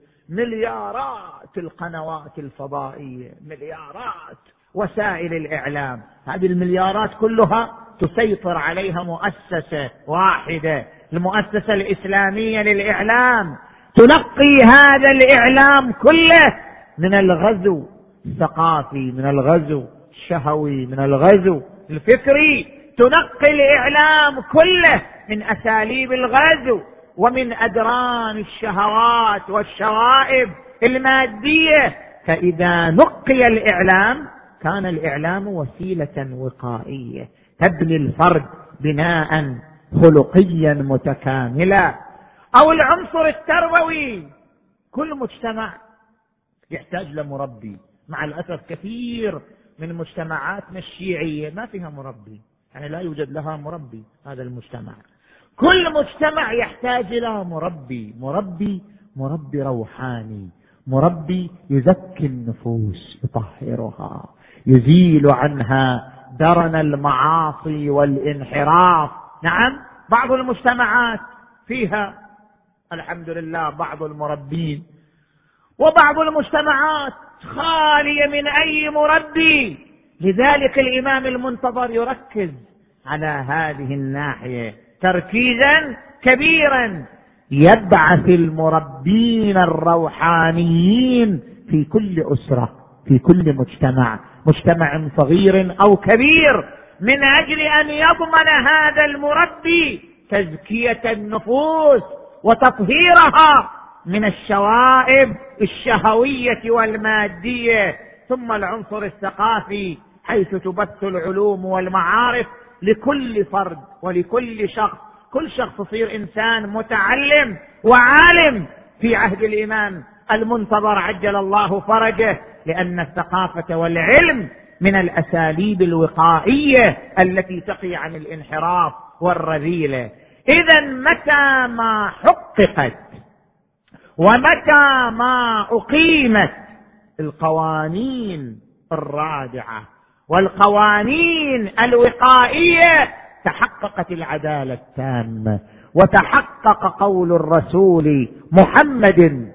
مليارات القنوات الفضائية، مليارات وسائل الإعلام. هذه المليارات كلها تسيطر عليها مؤسسة واحدة، المؤسسة الإسلامية للإعلام، تنقي هذا الإعلام كله من الغزو الثقافي، من الغزو الشهوي، من الغزو الفكري. تنقي الإعلام كله من أساليب الغزو ومن أدران الشهوات والشوائب المادية. فإذا نقي الإعلام كان الإعلام وسيلة وقائية تبني الفرد بناء خلقيا متكاملا. أو العنصر التربوي، كل مجتمع يحتاج لمربي. مع الأسف كثير من مجتمعاتنا الشيعية ما فيها مربي، يعني لا يوجد لها مربي. هذا المجتمع، كل مجتمع يحتاج إلى مربي، مربي مربي روحاني، مربي يزكي النفوس، يطهرها، يزيل عنها درن المعاصي والانحراف. نعم، بعض المجتمعات فيها الحمد لله بعض المربين، وبعض المجتمعات خالية من أي مربي. لذلك الإمام المنتظر يركز على هذه الناحية تركيزا كبيرا. يبعث المربين الروحانيين في كل أسرة، في كل مجتمع، مجتمع صغير أو كبير، من أجل أن يضمن هذا المربي تزكية النفوس وتطهيرها من الشوائب الشهوية والمادية. ثم العنصر الثقافي، حيث تبث العلوم والمعارف لكل فرد ولكل شخص. كل شخص يصير إنسان متعلم وعالم في عهد الإمام المنتظر عجل الله فرجه، لأن الثقافة والعلم من الأساليب الوقائية التي تقي عن الانحراف والرذيلة. إذن متى ما حققت ومتى ما أقيمت القوانين الرادعة والقوانين الوقائية تحققت العدالة التامة، وتحقق قول الرسول محمد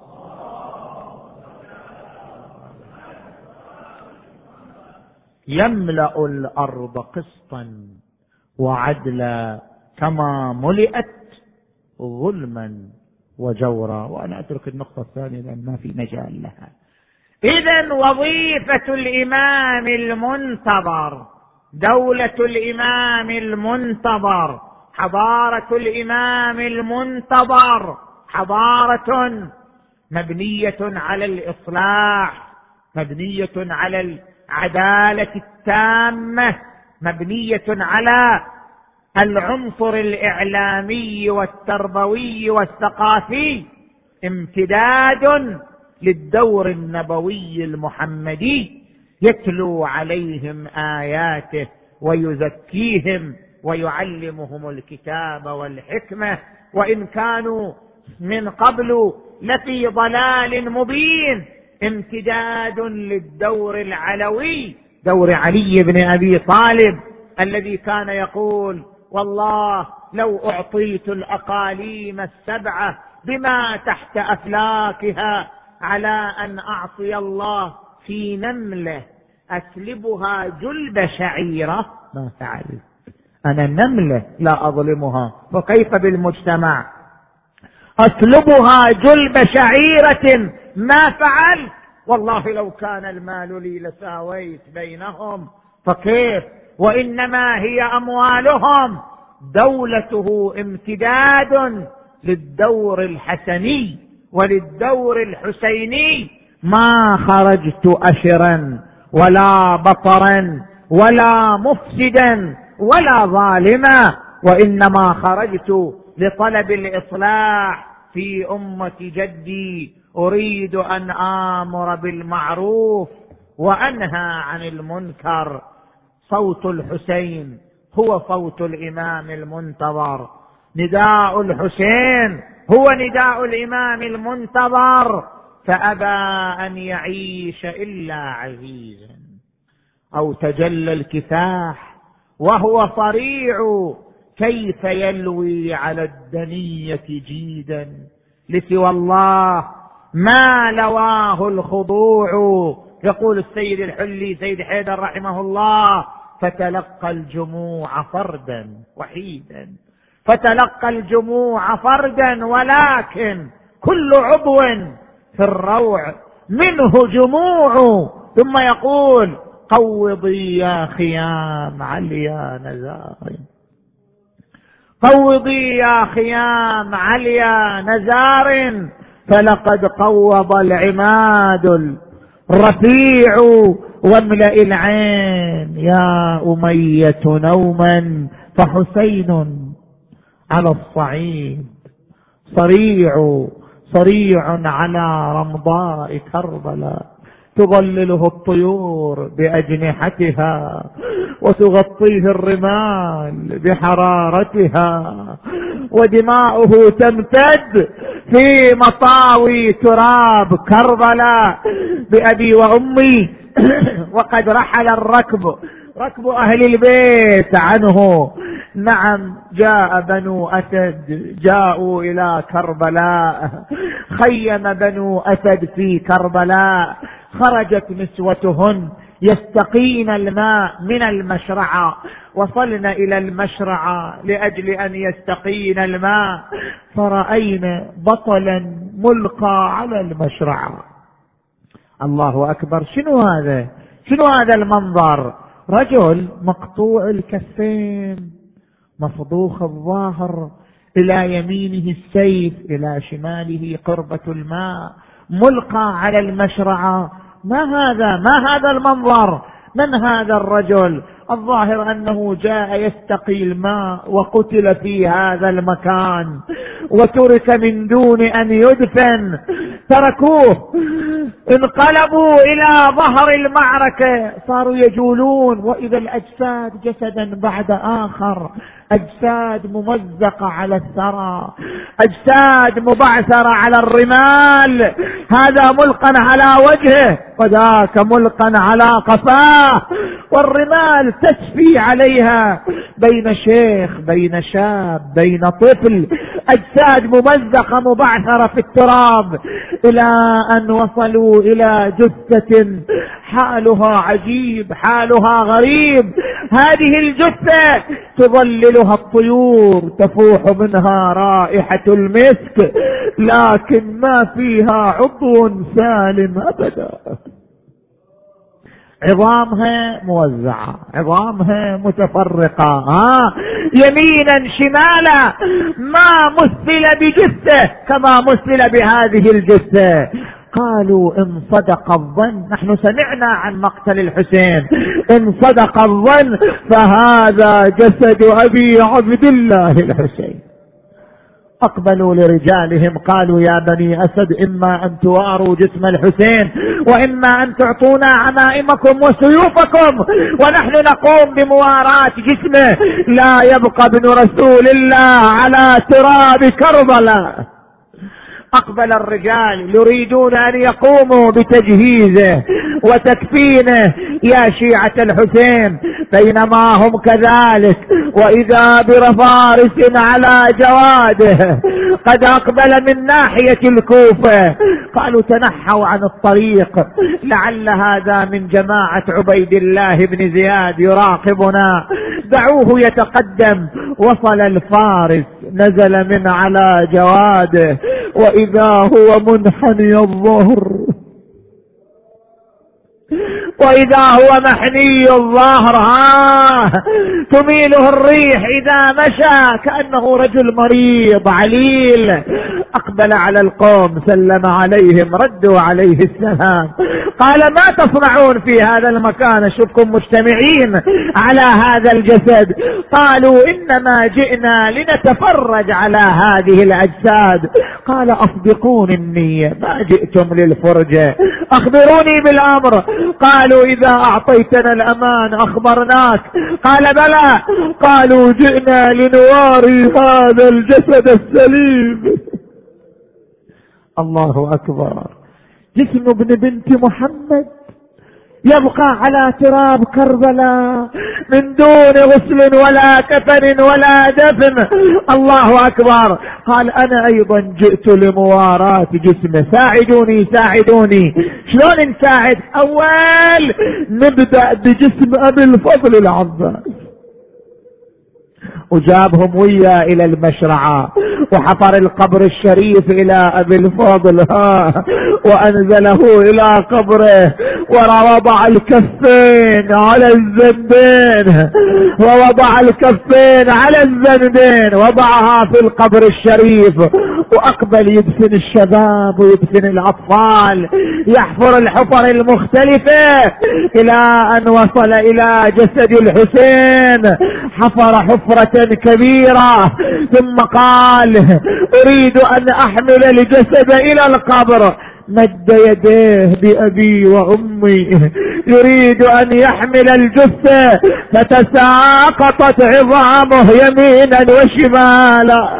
يملأ الأرض قسطا وعدلا كما ملئت ظلما وجورا. وأنا أترك النقطة الثانية لأن ما في مجال لها. إذن وظيفة الإمام المنتظر، دولة الإمام المنتظر، حضارة الإمام المنتظر حضارة مبنية على الإصلاح، مبنية على العدالة التامة، مبنية على العنصر الإعلامي والتربوي والثقافي، امتداد للدور النبوي المحمدي. يتلو عليهم آياته ويزكيهم ويعلمهم الكتاب والحكمة، وإن كانوا من قبل لفي ضلال مبين. امتداد للدور العلوي، دور علي بن أبي طالب الذي كان يقول: والله لو أعطيت الأقاليم السبعة بما تحت أفلاكها على أن أعصي الله في نملة أسلبها جلب شعيرة ما فعلت. أنا النملة لا أظلمها، فكيف بالمجتمع؟ أسلبها جلب شعيرة ما فعلت. والله لو كان المال لي لساويت بينهم، فكيف؟ وإنما هي أموالهم. دولته امتداد للدور الحسني وللدور الحسيني. ما خرجت أشرا ولا بطرا ولا مفسدا ولا ظالما، وإنما خرجت لطلب الإصلاح في أمة جدي. أريد أن آمر بالمعروف وأنهى عن المنكر. صوت الحسين هو صوت الإمام المنتظر، نداء الحسين هو نداء الإمام المنتظر، فأبى أن يعيش إلا عزيزا. أو تجلى الكفاح وهو صريع، كيف يلوي على الدنية جيدا. لسوى الله ما لواه الخضوع. يقول السيد الحلي سيد حيدر رحمه الله: فتلقى الجموع فردا وحيدا، فتلقى الجموع فردا، ولكن كل عضو في الروع منه جموع. ثم يقول: قوضي يا خيام عليا نزار، قوضي يا خيام عليا نزار، فلقد قوض العماد الرفيع واملأ العين يا أمية نوما، فحسين على الصعيد صريع صريع على رمضاء كربلاء، تظلله الطيور بأجنحتها وتغطيه الرمال بحرارتها، ودماؤه تمتد في مطاوي تراب كربلاء بأبي وأمي. وقد رحل الركب، ركب أهل البيت عنه. نعم، جاء بنو أسد، جاءوا إلى كربلاء، خيم بنو أسد في كربلاء. خرجت نسوتهن يستقين الماء من المشرعة، وصلن إلى المشرعة لأجل أن يستقين الماء، فرأينا بطلا ملقى على المشرعة. الله أكبر! شنو هذا؟ شنو هذا المنظر؟ رجل مقطوع الكفين، مفضوخ الظهر، إلى يمينه السيف، إلى شماله قربة الماء، ملقى على المشرعة. ما هذا؟ ما هذا المنظر؟ من هذا الرجل؟ الظاهر أنه جاء يستقي الماء وقتل في هذا المكان وترك من دون أن يدفن. تركوه، انقلبوا إلى ظهر المعركة، صاروا يجولون، وإذا الأجساد جسدا بعد آخر، أجساد ممزقة على الثرى، أجساد مبعثرة على الرمال، هذا ملقا على وجهه وذاك ملقا على قفاه، والرمال تسفي عليها، بين شيخ بين شاب بين طفل، أجساد ممزقة مبعثرة في التراب، إلى أن وصلوا إلى جثة حالها عجيب، حالها غريب. هذه الجثة تظللها الطيور، تفوح منها رائحة المسك، لكن ما فيها عضو سالم أبدا. عظامها موزعة، عظامها متفرقة، ها يمينا شمالا، ما مثل بجثة كما مثل بهذه الجثة. قالوا إن صدق الظن، نحن سمعنا عن مقتل الحسين، إن صدق الظن فهذا جسد أبي عبد الله الحسين. أقبلوا لرجالهم قالوا يا بني أسد إما أن تواروا جسم الحسين وإما أن تعطونا عمائمكم وسيوفكم ونحن نقوم بمواراة جسمه، لا يبقى ابن رسول الله على تراب كربلاء. أقبل الرجال يريدون أن يقوموا بتجهيزه وتكفينه يا شيعة الحسين، بينما هم كذلك وإذا برفارس على جواده قد أقبل من ناحية الكوفة. قالوا تنحوا عن الطريق، لعل هذا من جماعة عبيد الله بن زياد يراقبنا، دعوه يتقدم. وصل الفارس نزل من على جواده وإذا هو منحني الظهر، وإذا هو محني الظهر، ها تميله الريح إذا مشى كأنه رجل مريض عليل. أقبل على القوم سلم عليهم، ردوا عليه السلام، قال ما تصنعون في هذا المكان؟ أشوفكم مجتمعين على هذا الجسد. قالوا إنما جئنا لنتفرج على هذه الأجساد. قال أصدقوني النية، ما جئتم للفرجة، أخبروني بالأمر. قالوا إذا أعطيتنا الأمان أخبرناك. قال بلى. قالوا جئنا لنواري هذا الجسد السليم. الله أكبر، جسم ابن بنت محمد يبقى على تراب كربلاء من دون غسل ولا كفن ولا دفن. الله أكبر. قال أنا أيضا جئت لمواراة جسمه، ساعدوني ساعدوني. شلون نساعد؟ أول نبدأ بجسم أبي الفضل العباس. وجابهم ويا إلى المشرعة وحفر القبر الشريف إلى أبي الفضل، ها وأنزله إلى قبره ووضع الكفين على الذنبين، ووضع الكفين على الذنبين وضعها في القبر الشريف. وأقبل يدفن الشباب ويدفن الأطفال، يحفر الحفر المختلفة إلى أن وصل إلى جسد الحسين، حفر حفرة كبيرة ثم قال أريد أن أحمل الجسد إلى القبر. مد يديه بأبي وأمي يريد أن يحمل الجثة، فتساقطت عظامه يمينا وشمالا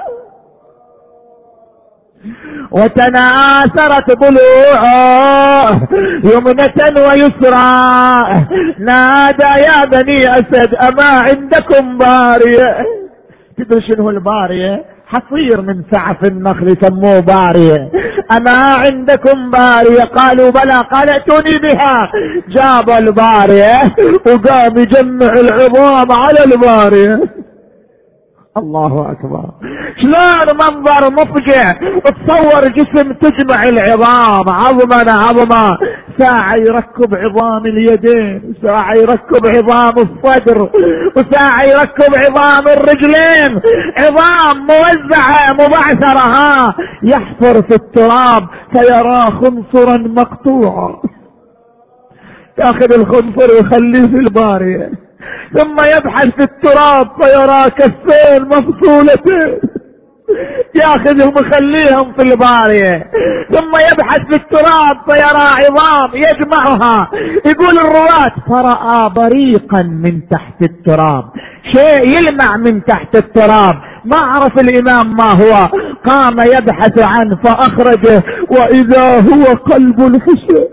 وتناثرت ضلوعه يمنة ويسرى. نادى يا بني أسد أما عندكم بارية؟ تدري شنو البارية؟ حصير من سعف النخل سموه بارية. أما عندكم بارية؟ قالوا بلى. قال ائتوني بها. جاب البارية وقام يجمع العظام على البارية. الله أكبر، شلون منظر مفجع. تصور جسم تجمع العظام عظما عظما، ساعة يركب عظام اليدين، ساعة يركب عظام الصدر، وساعة يركب عظام الرجلين، عظام موزعة مبعثرة، ها يحفر في التراب فيرى خنصرا مقطوعا، ياخذ الخنصر ويخليه في البارية، ثم يبحث في التراب فيرى كفين مفصولتين ياخذهم ويخليهم في البارية، ثم يبحث في التراب فيرى عظام يجمعها. يقول الرواة فرأى بريقا من تحت التراب، شيء يلمع من تحت التراب، ما عرف الإمام ما هو، قام يبحث عنه فأخرجه وإذا هو قلب الحسين.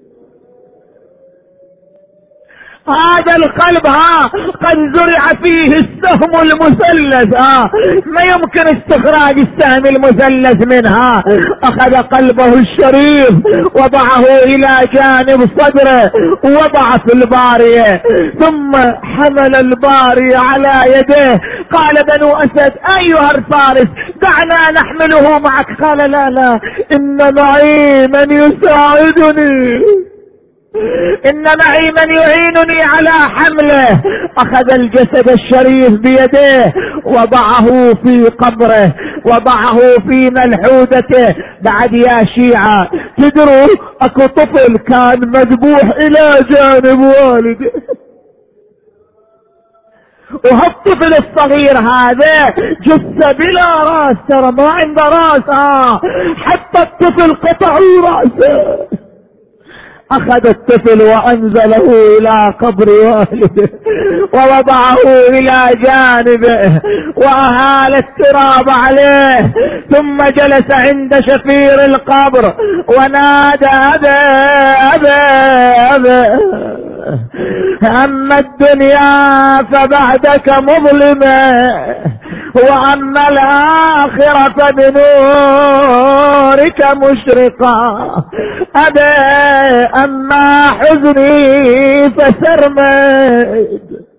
هذا القلب ها قد زرع فيه السهم المثلث، ها ما يمكن استخراج السهم المثلث منها. اخذ قلبه الشريف وضعه الى جانب صدره ووضع في البارية، ثم حمل البارية على يديه. قال بنو اسد ايها الفارس دعنا نحمله معك. قال لا لا ان معي من يساعدني، إن معي من يعينني على حمله. أخذ الجسد الشريف بيديه وضعه في قبره، وضعه في ملحودته. بعد يا شيعة تدروا أكو طفل كان مذبوح إلى جانب والده، وهالطفل الصغير هذا جثة بلا راس، ترى ما عنده راس، آه حتى الطفل قطعوا راسه. أخذ الطفل وأنزله إلى قبر والده ووضعه إلى جانبه وأهال التراب عليه، ثم جلس عند شفير القبر ونادى أبا أبا أبا أما الدنيا فبعدك مظلمة، وأما الآخرة فبنورك مشرقة. أبا أما حزني فسرمد،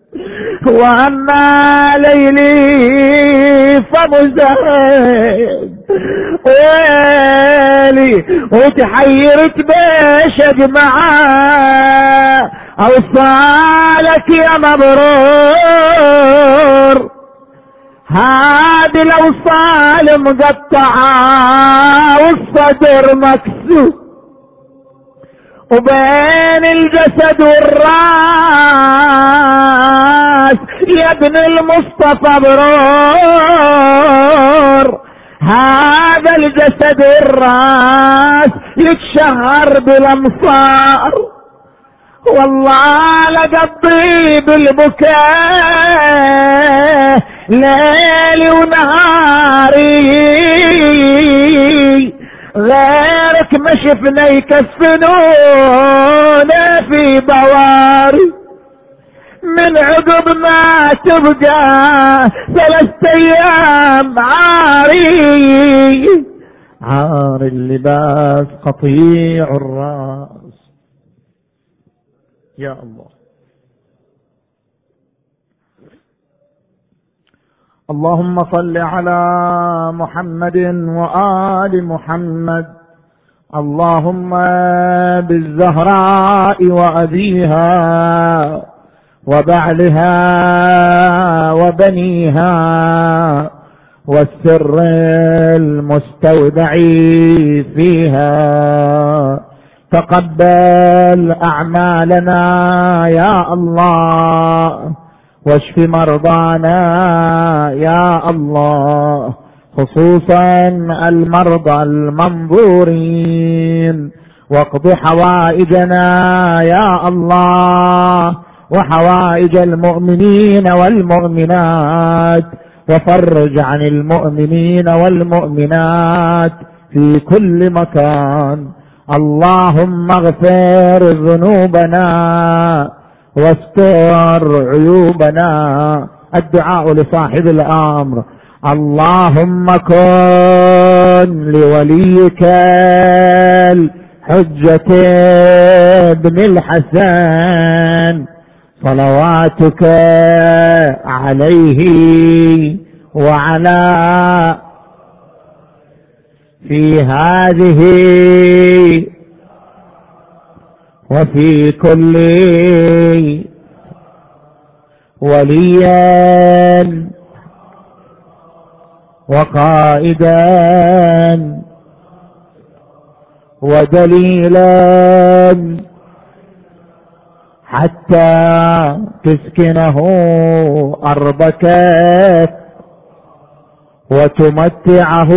وأما ليلي فمزهد. ويلي وتحيرت بيش أجمعه أوصالك يا مبرور، هذه الأوصال مقطعة والصدر مكسور، وبين الجسد والراس يا ابن المصطفى برور، هذا الجسد والراس يتشهر بالأمصار. والله لقضي بالبكاء ليلي ونهاري، غيرك ما شفنا يكفنونا في بواري، من عقب ما تبقى ثلاثة ايام عاري، عار اللباس قطيع الراس. يا الله. اللهم صل على محمد وآل محمد. اللهم بالزهراء وأبيها وبعلها وبنيها والسر المستودع فيها، تقبل أعمالنا يا الله، واشف مرضانا يا الله، خصوصا المرضى المنظورين، واقض حوائجنا يا الله وحوائج المؤمنين والمؤمنات، وفرج عن المؤمنين والمؤمنات في كل مكان. اللهم اغفر ذنوبنا واستر عيوبنا. الدعاء لصاحب الامر. اللهم كن لوليك الحجة ابن الحسن صلواتك عليه وعلى في هذه وفي كل وليا وقائدا ودليلا، حتى تسكنه أرضك وتمتعه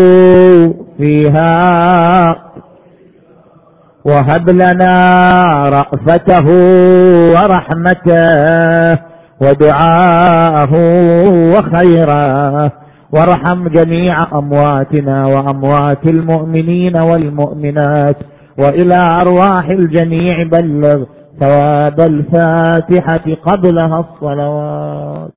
فيها، وهب لنا رأفته ورحمته ودعاءه وخيره، وارحم جميع أمواتنا وأموات المؤمنين والمؤمنات، وإلى أرواح الجميع بلغ ثواب الفاتحة قبلها الصلوات.